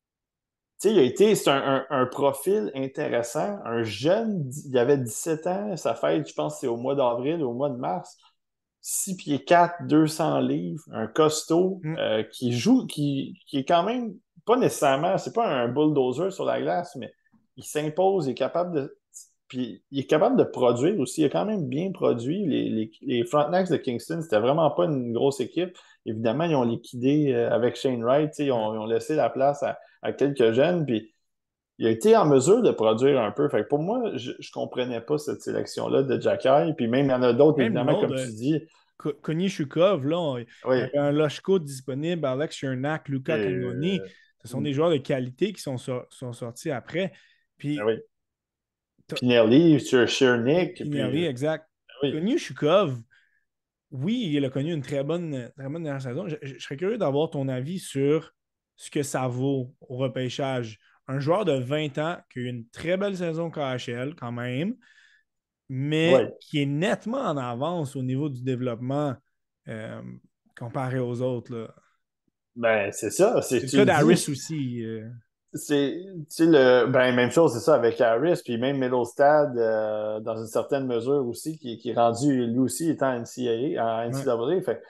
tu sais, il a été, c'est un, un, un profil intéressant, un jeune, il avait dix-sept ans, sa fête, je pense, c'est au mois d'avril, au mois de mars. Six pieds quatre, deux cents livres, un costaud Mm. euh, qui joue, qui, qui est quand même pas nécessairement, c'est pas un bulldozer sur la glace, mais il s'impose, il est capable de. Puis il est capable de produire aussi. Il a quand même bien produit. Les, les, les Frontenacs de Kingston, c'était vraiment pas une grosse équipe. Évidemment, ils ont liquidé euh, avec Shane Wright, ils ont, ils ont laissé la place à, à quelques jeunes. Puis il a été en mesure de produire un peu. Fait que pour moi, je ne comprenais pas cette sélection-là de Jacky. Puis même, il y en a d'autres, Même évidemment, comme l'autre, tu euh, dis. Ko- Konishukov, là, on- il y Oui. avait un Loshko disponible, Alex Chernak, Luca Cagnoni. Euh, Ce sont des joueurs de qualité qui sont, sor- sont sortis après. ben Puis, oui. t'as- Pinelli, sur Shernick, puis Pinelli, exact. ben oui. Konishukov, oui, il a connu une très bonne, très bonne dernière saison. Je, je- je serais curieux d'avoir ton avis sur ce que ça vaut au repêchage. Un joueur de vingt ans qui a eu une très belle saison K H L quand même, mais Oui. qui est nettement en avance au niveau du développement euh, comparé aux autres. Là. Ben, c'est ça, C'est c'est, le tu cas le dis. d'Harris aussi. euh. C'est, tu sais, le, ben, même chose, c'est ça avec Harris, puis même Middlestad, euh, dans une certaine mesure aussi, qui, qui est rendu, lui aussi, étant en N C A A, en Ouais. N C A A. Fait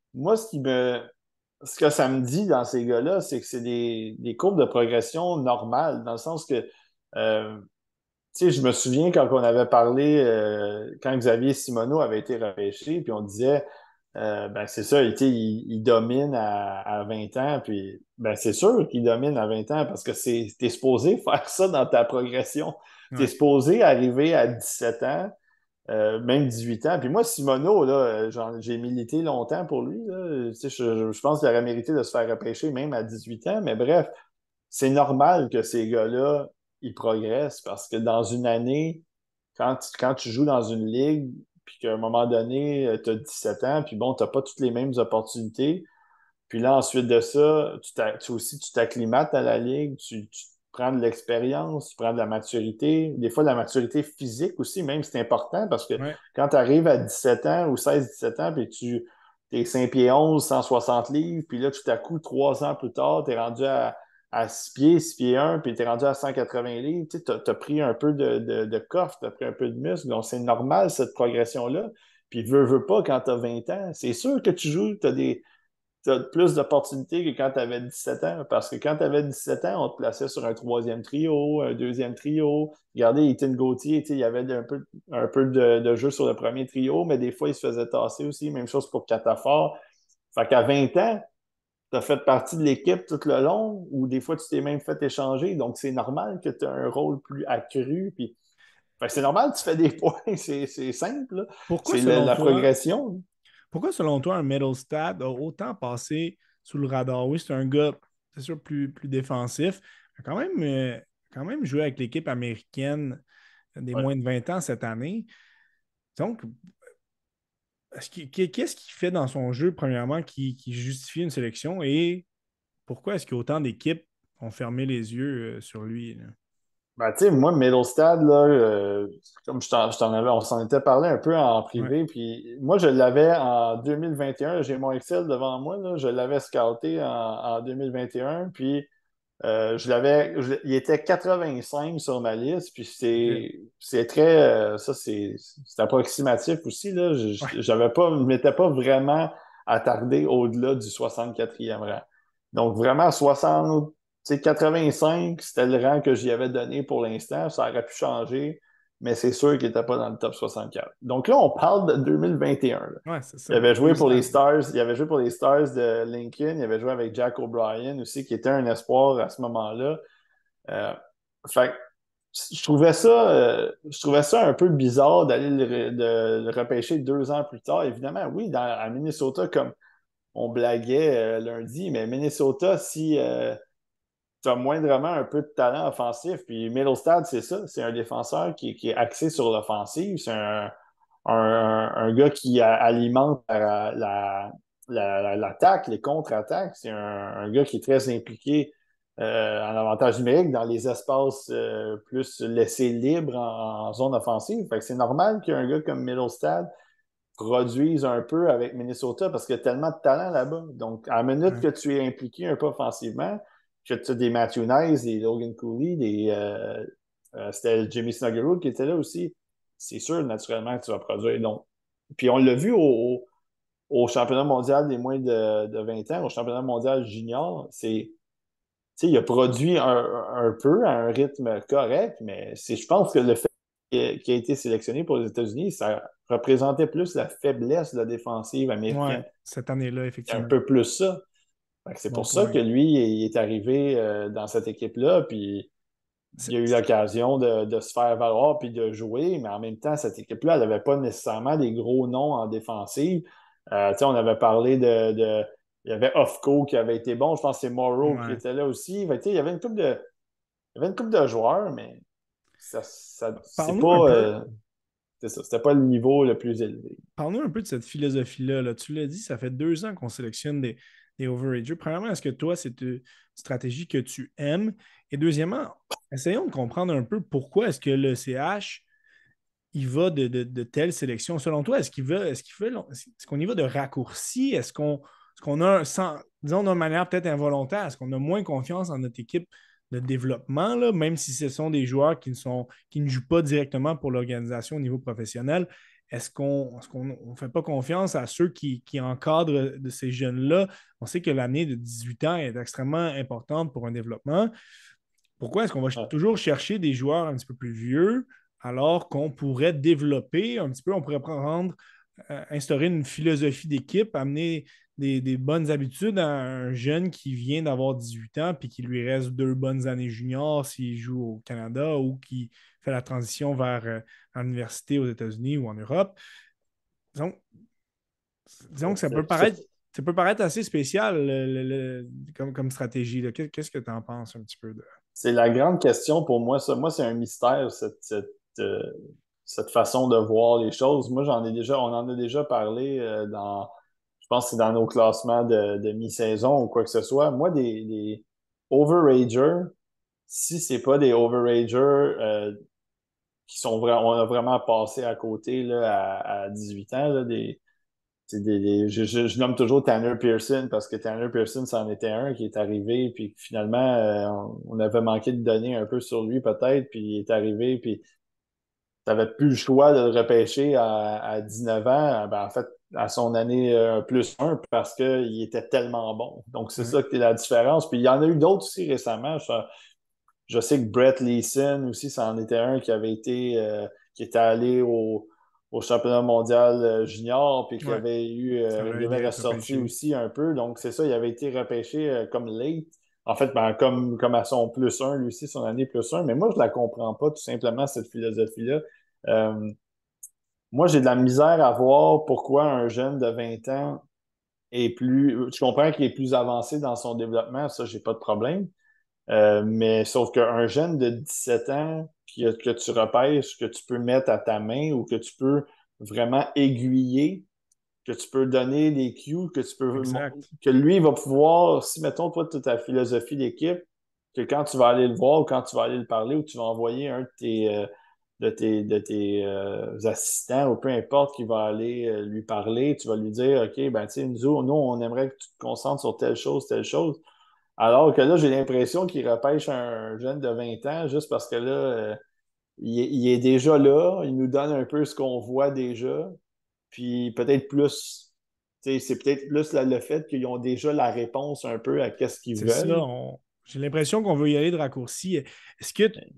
moi, ce qui me, ce que ça me dit dans ces gars-là, c'est que c'est des, des courbes de progression normales, dans le sens que, euh, tu sais, je me souviens quand on avait parlé, euh, quand Xavier Simoneau avait été repêché, puis on disait, euh, ben c'est ça, il, tu sais, il, il domine à, à vingt ans, puis ben c'est sûr qu'il domine à vingt ans parce que c'est, t'es supposé faire ça dans ta progression. T'es Ouais. supposé arriver à dix-sept ans, euh, même dix-huit ans. Puis moi, Simoneau, là, euh, j'en- j'ai milité longtemps pour lui. Là. Tu sais, je, je- je pense qu'il aurait mérité de se faire repêcher même à dix-huit ans. Mais bref, c'est normal que ces gars-là, ils progressent parce que dans une année, quand tu, quand tu joues dans une ligue, puis qu'à un moment donné, tu as dix-sept ans, puis bon, tu n'as pas toutes les mêmes opportunités, puis là, ensuite de ça, tu, t'a- tu aussi, tu t'acclimates à la ligue, tu, tu prends de l'expérience, tu prends de la maturité. Des fois, de la maturité physique aussi, même, c'est important parce que Ouais. quand tu arrives à dix-sept ans ou seize dix-sept ans, puis tu es cinq pieds onze, cent soixante livres, puis là, tout à coup, trois ans plus tard, tu es rendu à, à six pieds, six pieds un, puis tu es rendu à cent quatre-vingts livres, tu as, pris un peu de, de, de coffre, tu as pris un peu de muscle, donc c'est normal cette progression-là. Puis veux, veux pas, quand tu as vingt ans, c'est sûr que tu joues, tu as des tu as plus d'opportunités que quand tu avais dix-sept ans. Parce que quand tu avais dix-sept ans, on te plaçait sur un troisième trio, un deuxième trio. Regardez, Ethan Gauthier, il y avait un peu, un peu de, de jeu sur le premier trio, mais des fois, il se faisait tasser aussi. Même chose pour Catafort. Fait qu'à vingt ans, tu as fait partie de l'équipe tout le long, ou des fois, tu t'es même fait échanger. Donc, c'est normal que tu aies un rôle plus accru. Puis, fait que c'est normal, tu fais des points. C'est c'est simple, là. Pourquoi, C'est la, selon la toi, progression. pourquoi, selon toi, un Middlestad a autant passé sous le radar? Oui, c'est un gars, c'est sûr, plus, plus défensif. Il a quand même, euh, quand même joué avec l'équipe américaine des Ouais. moins de vingt ans cette année. Donc, est-ce qu'il- qu'est-ce qu'il fait dans son jeu, premièrement, qui, qui justifie une sélection et pourquoi est-ce qu'autant d'équipes ont fermé les yeux euh, sur lui, là? Ben, tu sais, moi, Middlestad, là, euh, comme je t'en, je t'en avais, on s'en était parlé un peu en Ouais, privé, puis moi, je l'avais en deux mille vingt et un, j'ai mon Excel devant moi, là, je l'avais scouté en, en deux mille vingt et un, puis euh, je l'avais, je- il était quatre-vingt-cinq sur ma liste, puis OK. c'est, c'est très, euh, ça, c'est, c'est approximatif aussi, là, je, Ouais, je- j'avais pas, je m'étais pas vraiment attardé au-delà du soixante-quatrième rang. Donc, vraiment, soixante tu sais, quatre-vingt-cinq, c'était le rang que j'y avais donné pour l'instant. Ça aurait pu changer, mais c'est sûr qu'il n'était pas dans le top soixante-quatre. Donc là, on parle de deux mille vingt et un. Là. ouais, c'est Il ça. avait joué pour Deux les ans. Stars. Il avait joué pour les Stars de Lincoln. Il avait joué avec Jack O'Brien aussi, qui était un espoir à ce moment-là. Euh, fait que je trouvais ça, euh, je trouvais ça un peu bizarre d'aller le, re- de le repêcher deux ans plus tard. Évidemment, oui, dans, à Minnesota, comme on blaguait euh, lundi, mais Minnesota, si euh, tu as moindrement un peu de talent offensif. Puis Middlestad, c'est ça. C'est un défenseur qui, qui est axé sur l'offensive. C'est un, un, un gars qui a- alimente la, la- la- l'attaque, les contre-attaques. C'est un, un gars qui est très impliqué euh, en avantage numérique dans les espaces euh, plus laissés libres en, en zone offensive. Fait que c'est normal qu'un gars comme Middlestad produise un peu avec Minnesota parce qu'il y a tellement de talent là-bas. Donc, à la minute Ouais. que tu es impliqué un peu offensivement, que tu as des Matthew Nice, des Logan Cooley, des, euh, euh, c'était Jimmy Snuggerud qui était là aussi, c'est sûr, naturellement, que tu vas produire. Donc, puis on l'a vu au, au championnat mondial des moins de, de vingt ans, au championnat mondial junior, c'est, tu sais, il a produit un, un peu à un rythme correct, mais c'est, je pense que le fait qu'il a été sélectionné pour les États-Unis, ça représentait plus la faiblesse de la défensive Ouais, américaine. cette année-là, C'est un effectivement. peu plus ça. Fait que c'est Bon pour ça point. que lui, il est arrivé euh, dans cette équipe-là, puis il C'est- a eu c'est- l'occasion de, de se faire valoir puis de jouer, mais en même temps, cette équipe-là, elle n'avait pas nécessairement des gros noms en défensive. Euh, tu sais, on avait parlé de, de- Il y avait Ofco qui avait été bon, je pense que c'est Morrow qui Ouais. était là aussi. Fait que, tu sais, il y avait une couple de, il y avait une couple de joueurs, mais ça, ça- c'est Parle-nous un pas, peu, euh, c'est ça, c'était pas le niveau le plus élevé. parle-nous un peu de cette philosophie-là, là. Tu l'as dit, ça fait deux ans qu'on sélectionne des, des overagers. Premièrement, est-ce que toi, c'est une stratégie que tu aimes? Et deuxièmement, essayons de comprendre un peu pourquoi est-ce que le C H il va de, de, de telles sélections. Selon toi, est-ce qu'il va, est-ce qu'il fait, est-ce qu'on y va de raccourci? Est-ce qu'on, est-ce qu'on a, sans, disons d'une manière peut-être involontaire, est-ce qu'on a moins confiance en notre équipe de développement, là, même si ce sont des joueurs qui ne, sont, qui ne jouent pas directement pour l'organisation au niveau professionnel? est-ce qu'on est-ce qu'on ne fait pas confiance à ceux qui, qui encadrent de ces jeunes-là? On sait que l'année de dix-huit ans est extrêmement importante pour un développement. Pourquoi est-ce qu'on va ch- Ouais. toujours chercher des joueurs un petit peu plus vieux alors qu'on pourrait développer un petit peu, on pourrait prendre, euh, instaurer une philosophie d'équipe, amener des, des bonnes habitudes à un jeune qui vient d'avoir dix-huit ans puis qui lui reste deux bonnes années juniors s'il joue au Canada ou qui fait la transition vers euh, l'université aux États-Unis ou en Europe. Disons, disons que ça peut C'est paraître, c'est- ça peut paraître assez spécial le- le- le- comme, comme stratégie. Là. Qu'est-ce que tu en penses un petit peu de... c'est la grande question pour moi, ça. Moi, c'est un mystère, cette, cette, euh, cette façon de voir les choses. Moi, j'en ai déjà, on en a déjà parlé euh, dans, je pense que c'est dans nos classements de, de mi-saison ou quoi que ce soit. Moi, des, des overagers, si c'est pas des overagers euh, qui sont vraiment, on a vraiment passé à côté là, à, à dix-huit ans, là, des, c'est des, des- je, je- je nomme toujours Tanner Pearson parce que Tanner Pearson, c'en était un qui est arrivé, puis finalement, euh, on, on avait manqué de données un peu sur lui peut-être, puis il est arrivé, puis tu n'avais plus le choix de le repêcher à, à dix-neuf ans, ben, en fait, à son année euh, plus un, parce qu'il était tellement bon. Donc, c'est Ouais. ça qui est la différence. Puis il y en a eu d'autres aussi récemment. Je, je sais que Brett Leeson aussi, c'en était un qui avait été, euh, qui était allé au, au championnat mondial euh, junior, puis qui Ouais, avait eu, ça euh, l'a il aidé avait à être ressorti repêché. aussi un peu. Donc, c'est ça, il avait été repêché euh, comme late. En fait, ben, comme, comme à son plus un, lui aussi, son année plus un. Mais moi, je la comprends pas, tout simplement, cette philosophie-là. Euh, Moi, j'ai de la misère à voir pourquoi un jeune de vingt ans est plus. Je comprends qu'il est plus avancé dans son développement, ça, j'ai pas de problème. Euh, mais sauf qu'un jeune de dix-sept ans que, que tu repêches, que tu peux mettre à ta main ou que tu peux vraiment aiguiller, que tu peux donner des cues, que tu peux Exact. que lui va pouvoir, si mettons, toi, tu as ta philosophie d'équipe, que quand tu vas aller le voir ou quand tu vas aller le parler ou tu vas envoyer un de tes, euh, de tes, de tes euh, assistants ou peu importe qui va aller euh, lui parler, tu vas lui dire, OK, ben, tu sais, nous, nous, on aimerait que tu te concentres sur telle chose, telle chose. Alors que là, j'ai l'impression qu'il repêche un jeune de vingt ans juste parce que là, euh, il, est, il est déjà là, il nous donne un peu ce qu'on voit déjà, puis peut-être plus, tu sais, c'est peut-être plus la- le fait qu'ils ont déjà la réponse un peu à qu'est-ce qu'ils C'est ça. veulent. on- J'ai l'impression qu'on veut y aller de raccourci. Est-ce que t-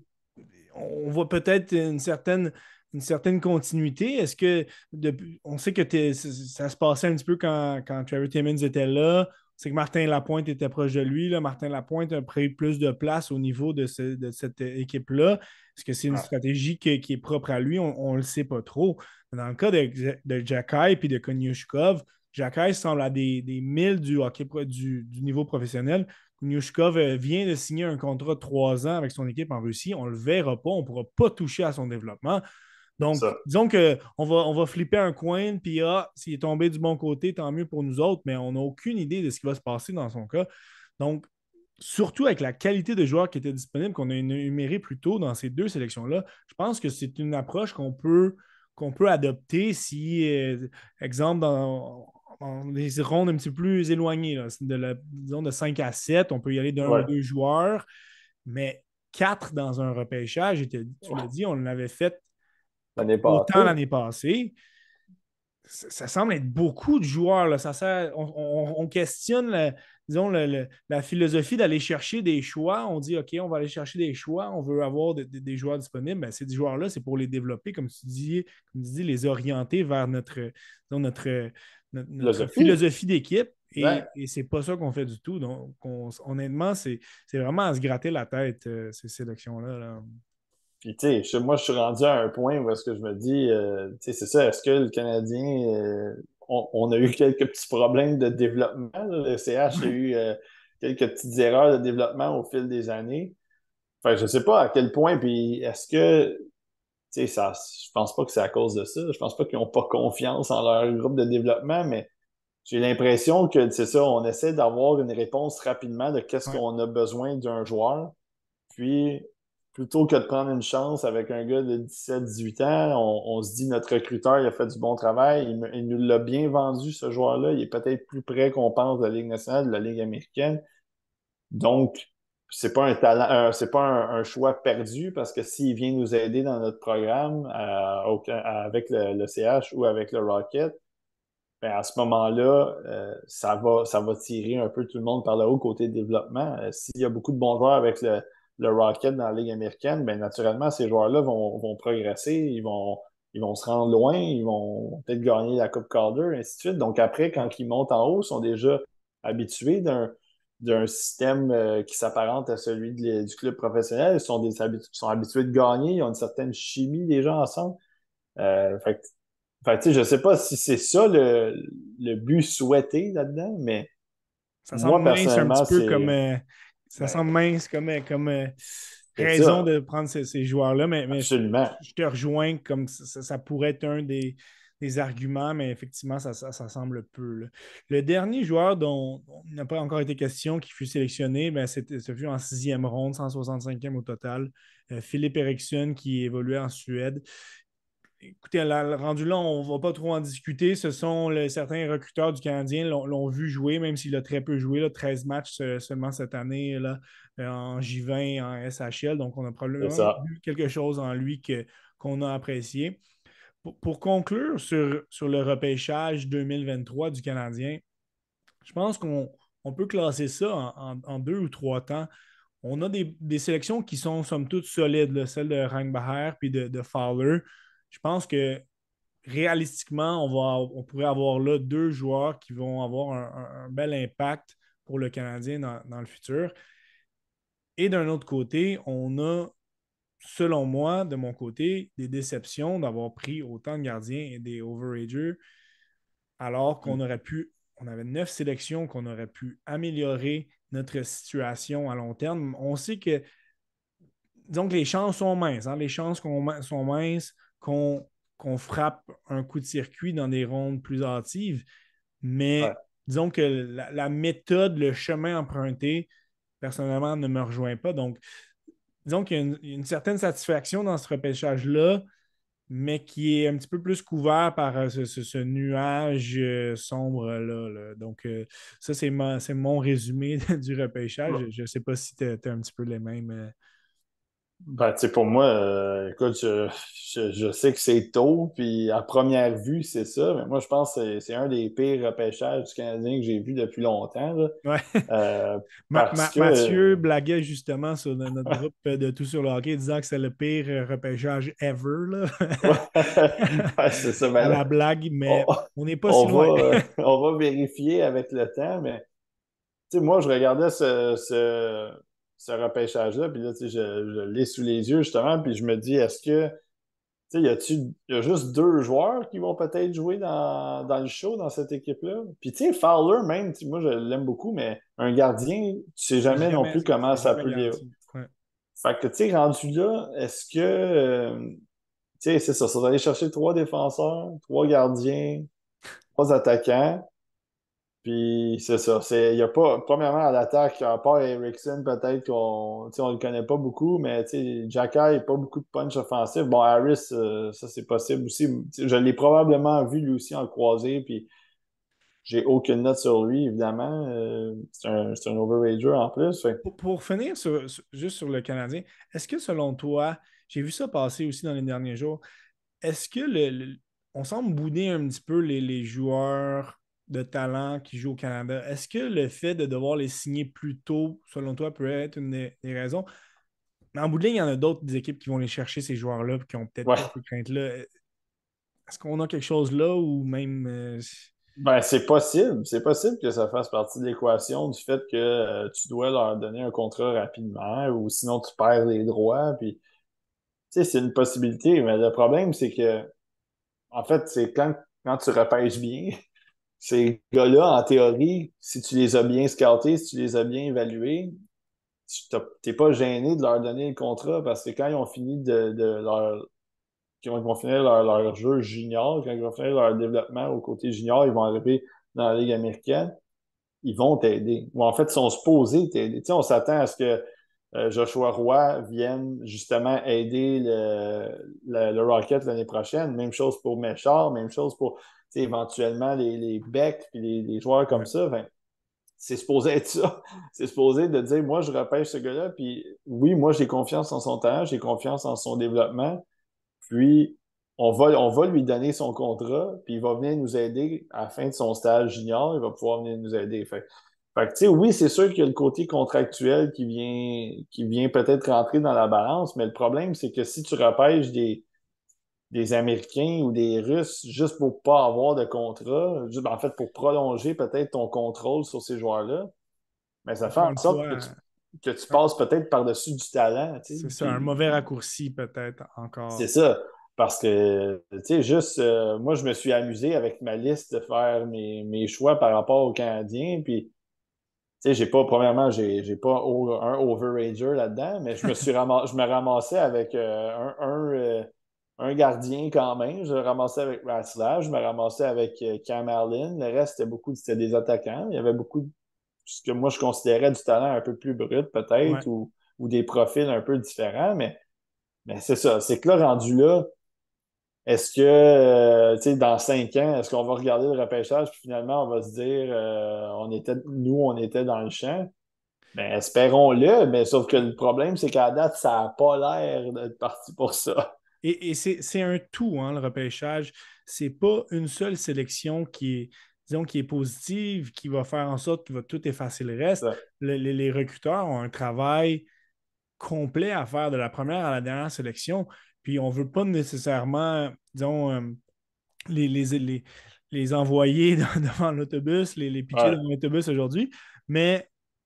on voit peut-être une certaine, une certaine continuité? Est-ce que depuis- on sait que t'es- ça, ça se passait un petit peu quand, quand Trevor Timmons était là. C'est que Martin Lapointe était proche de lui. Là. Martin Lapointe a pris plus de place au niveau de, ce- de cette équipe-là. Est-ce que c'est une Ouais. stratégie qui, qui est propre à lui? On ne le sait pas trop. Dans le cas de, de Jacky et de Konyushkov, Jacky semble à des, des milles du hockey pro- du, du niveau professionnel. Konyushkov euh, vient de signer un contrat de trois ans avec son équipe en Russie. On ne le verra pas. On ne pourra pas toucher à son développement. Donc, Ça. disons qu'on va, on va flipper un coin, puis ah, s'il est tombé du bon côté, tant mieux pour nous autres, mais on n'a aucune idée de ce qui va se passer dans son cas. Donc, surtout avec la qualité de joueurs qui étaient disponibles, qu'on a énuméré plus tôt dans ces deux sélections-là, je pense que c'est une approche qu'on peut, qu'on peut adopter si, euh, exemple, dans, dans les rondes un petit peu plus éloignées, là, de la, disons de cinq à sept, on peut y aller d'un ou Ouais. deux joueurs, mais quatre dans un repêchage, et tu l'as dit, on l'avait fait L'année autant passée. l'année passée. Ça, ça semble être beaucoup de joueurs. Là. Ça sert, on, on, on questionne la, disons, le, le, la philosophie d'aller chercher des choix. On dit, OK, on va aller chercher des choix, on veut avoir de, de, des joueurs disponibles. Ben, ces joueurs-là, c'est pour les développer, comme tu dis, comme tu dis les orienter vers notre, disons, notre, notre, notre Philosophie. philosophie d'équipe. Et, Ouais. et c'est pas ça qu'on fait du tout. Donc, on, honnêtement, c'est, c'est vraiment à se gratter la tête, euh, ces sélections-là. Là. Puis, tu sais, moi, je suis rendu à un point où est-ce que je me dis, euh, tu sais, c'est ça, est-ce que le Canadien, euh, on, on a eu quelques petits problèmes de développement, là. Le C H a Ouais. eu euh, quelques petites erreurs de développement au fil des années. Fait que je sais pas à quel point, puis est-ce que, tu sais, ça, je pense pas que c'est à cause de ça. Je pense pas qu'ils ont pas confiance en leur groupe de développement, mais j'ai l'impression que, c'est ça, on essaie d'avoir une réponse rapidement de qu'est-ce Ouais. qu'on a besoin d'un joueur. Puis, plutôt que de prendre une chance avec un gars de dix-sept dix-huit ans, on, on se dit notre recruteur, il a fait du bon travail, il, me- il nous l'a bien vendu, ce joueur-là. Il est peut-être plus près qu'on pense de la Ligue nationale, de la Ligue américaine. Donc, c'est pas un talent, un- c'est pas un, un choix perdu parce que s'il vient nous aider dans notre programme euh, au- avec le, le C H ou avec le Rocket, ben à ce moment-là, euh, ça va, ça va tirer un peu tout le monde par le haut côté développement. Euh, s'il y a beaucoup de bons joueurs avec le, le Rocket dans la Ligue américaine, ben naturellement, ces joueurs-là vont, vont progresser, ils vont, ils vont se rendre loin, ils vont peut-être gagner la Coupe Calder, ainsi de suite. Donc après, quand ils montent en haut, ils sont déjà habitués d'un, d'un système euh, qui s'apparente à celui de- du club professionnel. Ils sont, des, habitu- sont habitués de gagner, ils ont une certaine chimie déjà ensemble. Euh, fait que fait que, tu sais, je sais pas si c'est ça le, le but souhaité là-dedans, mais Ça semble moi, mince un petit personnellement, peu comme. c'est euh, ça ben, semble mince comme, euh, comme euh, c'est raison ça, de prendre ces, ces joueurs-là, mais, mais je, absolument. je te rejoins comme ça, ça- ça pourrait être un des, des arguments, mais effectivement, ça, ça, ça semble peu, là. Le dernier joueur dont on n'a pas encore été question qui fut sélectionné, ben, c'était, ce fut en sixième ronde, cent soixante-cinquième au total. Euh, Philippe Eriksson qui évoluait en Suède. Écoutez, là, rendu là, on ne va pas trop en discuter. Ce sont le- certains recruteurs du Canadien l'ont l'ont vu jouer, même s'il a très peu joué, là, treize matchs euh, seulement cette année là, euh, en J vingt, en S H L. Donc, on a C'est probablement ça. vu quelque chose en lui que, qu'on a apprécié. Pour, pour conclure sur, sur le repêchage deux mille vingt-trois du Canadien, je pense qu'on on peut classer ça en, en- en deux ou trois temps. On a des, des sélections qui sont, somme toute, solides, là, celle de Reinbacher puis de, de Fowler. Je pense que réalistiquement, on, va, on pourrait avoir là deux joueurs qui vont avoir un, un- un bel impact pour le Canadien dans, dans le futur. Et d'un autre côté, on a, selon moi, de mon côté, des déceptions d'avoir pris autant de gardiens et des overagers, alors qu'on aurait pu, on avait neuf sélections, qu'on aurait pu améliorer notre situation à long terme. On sait que, disons que les chances sont minces, hein, les chances qu'on, sont minces qu'on qu'on frappe un coup de circuit dans des rondes plus hâtives. Ouais. Mais disons que la, la méthode, le chemin emprunté, personnellement, ne me rejoint pas. Donc, disons qu'il y a une, une certaine satisfaction dans ce repêchage-là, mais qui est un petit peu plus couvert par euh, ce, ce- ce nuage euh, sombre-là, là. Donc, euh, ça, c'est, ma- c'est mon résumé du repêchage. Je ne sais pas si tu as un petit peu les mêmes. euh, Ben, tu sais, pour moi, euh, écoute, je, je, je sais que c'est tôt, puis à première vue, c'est ça, mais moi, je pense que c'est c'est un des pires repêchages du Canadien que j'ai vu depuis longtemps, là. Ouais. Euh, Ma- parce Ma- que, Mathieu euh, blaguait justement sur le- notre groupe de Tout sur le hockey, disant que c'est le pire euh, repêchage ever, là. ouais, ouais, c'est ça, À ben la là, blague, on, mais on n'est pas si on loin. va, euh, on va vérifier avec le temps, mais tu sais, moi, je regardais ce, ce, ce repêchage-là, puis là, tu sais, je, je l'ai sous les yeux, justement, puis je me dis, est-ce que, tu sais, y a-tu, y a juste deux joueurs qui vont peut-être jouer dans, dans le show, dans cette équipe-là? Puis, tu sais, Fowler, même, tu sais, moi, je l'aime beaucoup, mais un gardien, tu sais C'est jamais non jamais, plus comment c'est ça jamais peut les... garanti. Ouais. Fait que, tu sais, rendu là, est-ce que, euh, tu sais, c'est ça, ça va aller chercher trois défenseurs, trois gardiens, trois attaquants. Puis c'est ça. C'est, il y a pas, premièrement, à l'attaque, à part Erickson, peut-être qu'on tu sais, on le connaît pas beaucoup, mais tu sais, Xhaka, il n'a pas beaucoup de punch offensif. Bon, Harris, euh, ça c'est possible aussi. Tu sais, je l'ai probablement vu lui aussi en croisé, puis j'ai aucune note sur lui, évidemment. Euh, c'est un, c'est un overager en plus. Fait que, Pour, pour finir sur- sur- juste sur le Canadien, est-ce que selon toi, j'ai vu ça passer aussi dans les derniers jours, est-ce que le, le- on semble bouder un petit peu les, les joueurs de talent qui jouent au Canada? Est-ce que le fait de devoir les signer plus tôt, selon toi, peut être une des, des raisons? Mais en bout de ligne, il y en a d'autres des équipes qui vont les chercher, ces joueurs-là, qui n'ont peut-être pas ouais. ces craintes-là. Est-ce qu'on a quelque chose là ou même. euh, Ben, c'est possible. C'est possible que ça fasse partie de l'équation du fait que euh, tu dois leur donner un contrat rapidement ou sinon tu perds les droits. Puis, tu sais, c'est une possibilité, mais le problème, c'est que en fait, c'est quand, quand tu repêches bien, ces gars-là, en théorie, si tu les as bien scoutés, si tu les as bien évalués, tu n'es pas gêné de leur donner le contrat parce que quand ils ont fini de, de leur. Quand ils vont finir leur, leur jeu junior, quand ils vont finir leur développement au côté junior, ils vont arriver dans la Ligue américaine, ils vont t'aider. Ou en fait, ils sont supposés t'aider. Tu sais, on s'attend à ce que euh, Joshua Roy vienne justement aider le, le, le Rocket l'année prochaine. Même chose pour Méchard, même chose pour tu sais, éventuellement les, les Beck et les, les joueurs comme Ouais. ça. Enfin, c'est supposé être ça. C'est supposé de dire, moi, je repêche ce gars-là, puis oui, moi, j'ai confiance en son talent, j'ai confiance en son développement, puis on va, on va lui donner son contrat, puis il va venir nous aider à la fin de son stage junior, il va pouvoir venir nous aider. Fait, fait que, tu sais, oui, c'est sûr qu'il y a le côté contractuel qui vient, qui vient peut-être rentrer dans la balance, mais le problème, c'est que si tu repêches des, des Américains ou des Russes juste pour pas avoir de contrat, juste, en fait, pour prolonger peut-être ton contrôle sur ces joueurs-là, mais ça fait Encore en une sorte que fois, tu, que tu passes peut-être par-dessus du talent, tu sais, c'est ça, un puis mauvais raccourci peut-être c'est encore. ça. Parce que, tu sais, juste, euh, moi, je me suis amusé avec ma liste de faire mes, mes choix par rapport aux Canadiens, puis, tu sais, j'ai pas, premièrement, j'ai, j'ai pas o- un overager là-dedans, mais je me suis ramassé, je me ramassais avec euh, un, un, euh, un gardien quand même. Je me ramassais avec Ratzlaff, je me ramassais avec euh, Cam Allen. Le reste, c'était beaucoup, c'était des attaquants. Il y avait beaucoup de ce que moi, je considérais du talent un peu plus brut, Ouais. peut-être, ou, ou des profils un peu différents, mais, mais c'est ça. C'est que là, rendu là, est-ce que, euh, tu sais, dans cinq ans, est-ce qu'on va regarder le repêchage, puis finalement, on va se dire, euh, on était, nous, on était dans le champ? Ben, espérons-le, mais sauf que le problème, c'est qu'à date, ça n'a pas l'air d'être parti pour ça. Et, et c'est c'est un tout, hein, le repêchage. C'est pas une seule sélection qui est, disons, qui est positive, qui va faire en sorte qu'il va tout effacer le reste. Ça. Le- les, les recruteurs ont un travail complet à faire de la première à la dernière sélection. Puis on ne veut pas nécessairement, disons, euh, les, les, les, les envoyer devant l'autobus, les, les pitcher Ouais, devant l'autobus aujourd'hui. Mais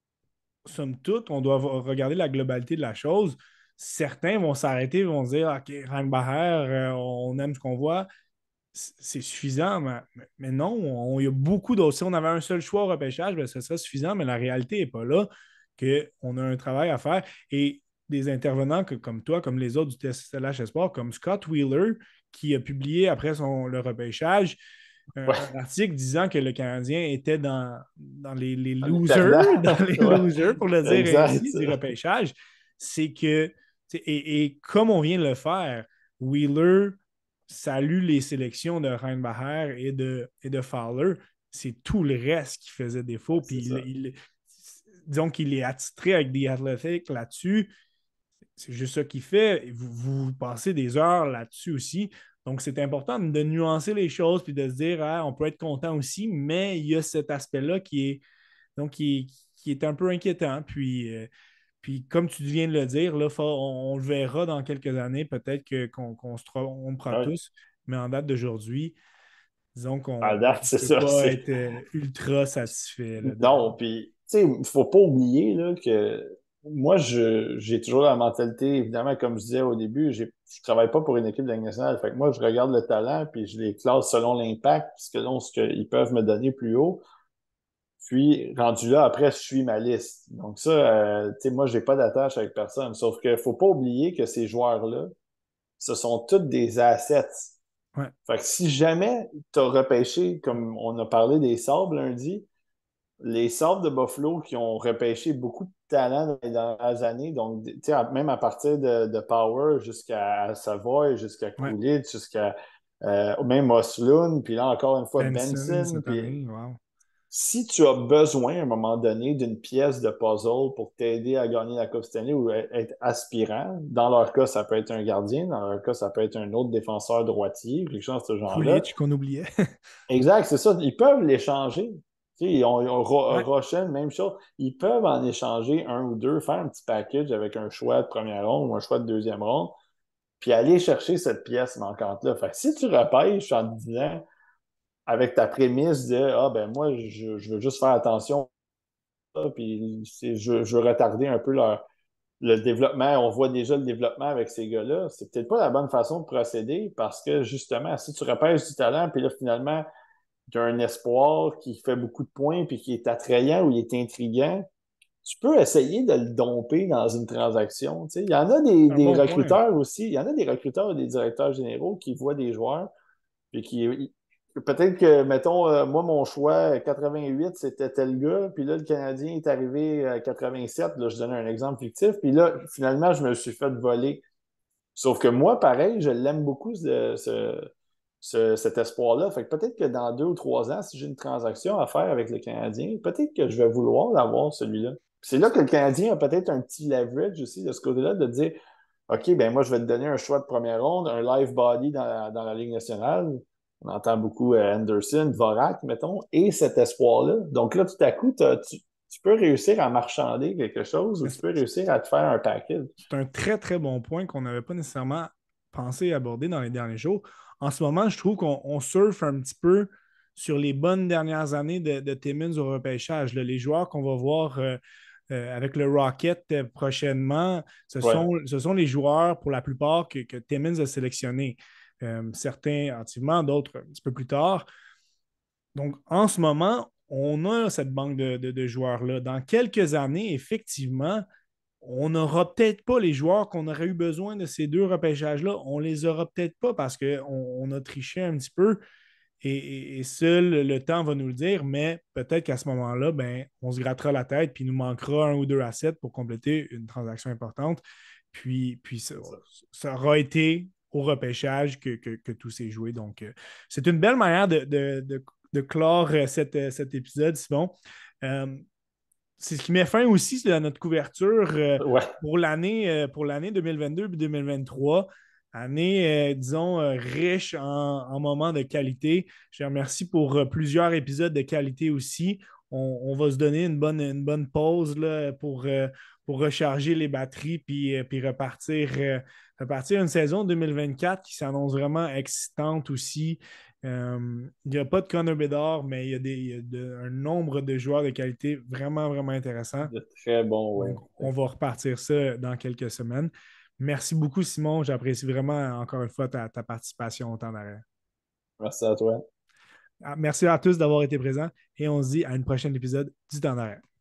somme toute, on doit regarder la globalité de la chose. Certains vont s'arrêter, vont se dire OK, Reinbacher, euh, on aime ce qu'on voit, c'est suffisant, mais, mais non, on- il y a beaucoup d'autres. Si on avait un seul choix au repêchage, ben, ce serait suffisant, mais la réalité n'est pas là, qu'on a un travail à faire. Et des intervenants que, comme toi, comme les autres du T S L H Espoir, comme Scott Wheeler, qui a publié après son, le repêchage un, ouais, un article disant que le Canadien était dans, dans les, les les losers, perdants. dans les Ouais, losers, pour le dire exact. ainsi, du repêchage. C'est que, et, et comme on vient de le faire, Wheeler salue les sélections de Reinbacher et de, et de Fowler. C'est tout le reste qui faisait défaut. Puis C'est il, ça. il, disons qu'il est attitré avec des athlétiques là-dessus. C'est juste ça qu'il fait. Vous, vous passez des heures là-dessus aussi. Donc, c'est important de nuancer les choses puis de se dire, ah, on peut être content aussi, mais il y a cet aspect-là qui est, donc, qui est, qui est un peu inquiétant. Puis, euh, puis comme tu viens de le dire, là, faut- on, on le verra dans quelques années, peut-être que, qu'on, qu'on se trompera Ouais. tous, mais en date d'aujourd'hui, disons À qu'on date, ne c'est peut ça. pas C'est... être euh, ultra satisfait là, de... Non, puis, tu sais, il ne faut pas oublier là, que moi, je, j'ai toujours la mentalité, évidemment, comme je disais au début, j'ai, je travaille pas pour une équipe de la Ligue nationale. Fait que moi, je regarde le talent, puis je les classe selon l'impact, selon ce qu'ils peuvent me donner plus haut. Puis, rendu là, après, je suis ma liste. Donc ça, euh, tu sais, moi, j'ai pas d'attache avec personne. Sauf qu'il faut pas oublier que ces joueurs-là, ce sont tous des assets. Ouais, Fait que si jamais tu as repêché, comme on a parlé des Sabres lundi, les Sabres de Buffalo qui ont repêché beaucoup de talent dans les dernières années, donc tu sais, même à partir de, de Power jusqu'à Savoy, jusqu'à ouais. Coolidge, jusqu'à euh, même Oslund, puis là encore une fois Benson Benson, cette puis année, wow. si tu as besoin à un moment donné d'une pièce de puzzle pour t'aider à gagner la Coupe Stanley ou être aspirant, dans leur cas, ça peut être un gardien, dans leur cas, ça peut être un autre défenseur droitier, quelque chose de ce genre-là. Coolidge qu'on oubliait. Exact, c'est ça. Ils peuvent l'échanger. Tu sais, ils ont, ils ont Ro- Ouais, Rochelle, même chose. Ils peuvent en échanger un ou deux, faire un petit package avec un choix de première ronde ou un choix de deuxième ronde, puis aller chercher cette pièce manquante-là. Fait que si tu repêches en te disant, avec ta prémisse de Ah ben moi, je, je veux juste faire attention puis c'est- je, je veux retarder un peu leur, le développement. On voit déjà le développement avec ces gars-là. C'est peut-être pas la bonne façon de procéder parce que justement, si tu repêches du talent, puis là, finalement, tu as un espoir qui fait beaucoup de points, puis qui est attrayant ou il est intriguant, tu peux essayer de le domper dans une transaction. Tu sais. Il y en a des, c'est un des bon point. recruteurs aussi, il y en a des recruteurs et des directeurs généraux qui voient des joueurs puis qui, peut-être que, mettons, euh, moi, mon choix quatre-vingt-huit, c'était tel gars, puis là, le Canadien est arrivé à quatre-vingt-sept, là, je donne un exemple fictif, puis là, finalement, je me suis fait voler. Sauf que moi, pareil, je l'aime beaucoup, ce, ce, ce- cet espoir-là. Fait que peut-être que dans deux ou trois ans, si j'ai une transaction à faire avec le Canadien, peut-être que je vais vouloir l'avoir, celui-là. C'est là que le Canadien a peut-être un petit leverage aussi de ce côté-là, de dire OK, ben moi, je vais te donner un choix de première ronde, un live body dans la, dans la Ligue nationale. On entend beaucoup euh, Anderson, Vorak, mettons, et cet espoir-là. Donc là, tout à coup, t'as- tu, tu peux réussir à marchander quelque chose ou Mais tu C'est peux réussir à te faire un package. c'est un très, très bon point qu'on n'avait pas nécessairement pensé aborder dans les derniers jours. En ce moment, je trouve qu'on on surfe un petit peu sur les bonnes dernières années de, de Timmins au repêchage. Là. Les joueurs qu'on va voir euh, euh, avec le Rocket euh, prochainement, ce Ouais. sont, ce sont les joueurs, pour la plupart, que, que Timmins a sélectionnés. Euh, certains activement, d'autres un petit peu plus tard. Donc, en ce moment, on a cette banque de, de- de joueurs-là. Dans quelques années, effectivement, on n'aura peut-être pas les joueurs qu'on aurait eu besoin de ces deux repêchages-là. On les aura peut-être pas parce qu'on on a triché un petit peu et, et- et seul le temps va nous le dire, mais peut-être qu'à ce moment-là, ben, on se grattera la tête puis il nous manquera un ou deux assets pour compléter une transaction importante. Puis, puis ça, C'est ça. ça aura été au repêchage que, que, que tout s'est joué. Donc, euh, c'est une belle manière de, de, de, de clore euh, cette, euh, cet épisode, Simon. Euh, c'est ce qui met fin aussi à notre couverture euh, Ouais. pour l'année euh, pour l'année deux mille vingt-deux et deux mille vingt-trois. Année, euh, disons, euh, riche en, en moments de qualité. Je te remercie pour euh, plusieurs épisodes de qualité aussi. On, on va se donner une bonne, une bonne pause là, pour, euh, pour recharger les batteries puis, euh, puis repartir, euh, repartir une saison deux mille vingt-quatre qui s'annonce vraiment excitante aussi. Euh, il n'y a pas de Connor Bedard, mais il y a, des, il y a de- un nombre de joueurs de qualité vraiment, vraiment intéressant. De très bon, Donc, ouais. on va repartir ça dans quelques semaines. Merci beaucoup, Simon. J'apprécie vraiment, encore une fois, ta, ta participation au temps d'arrêt. Merci à toi. Ah, merci à tous d'avoir été présents et on se dit à une prochaine épisode du temps d'arrêt.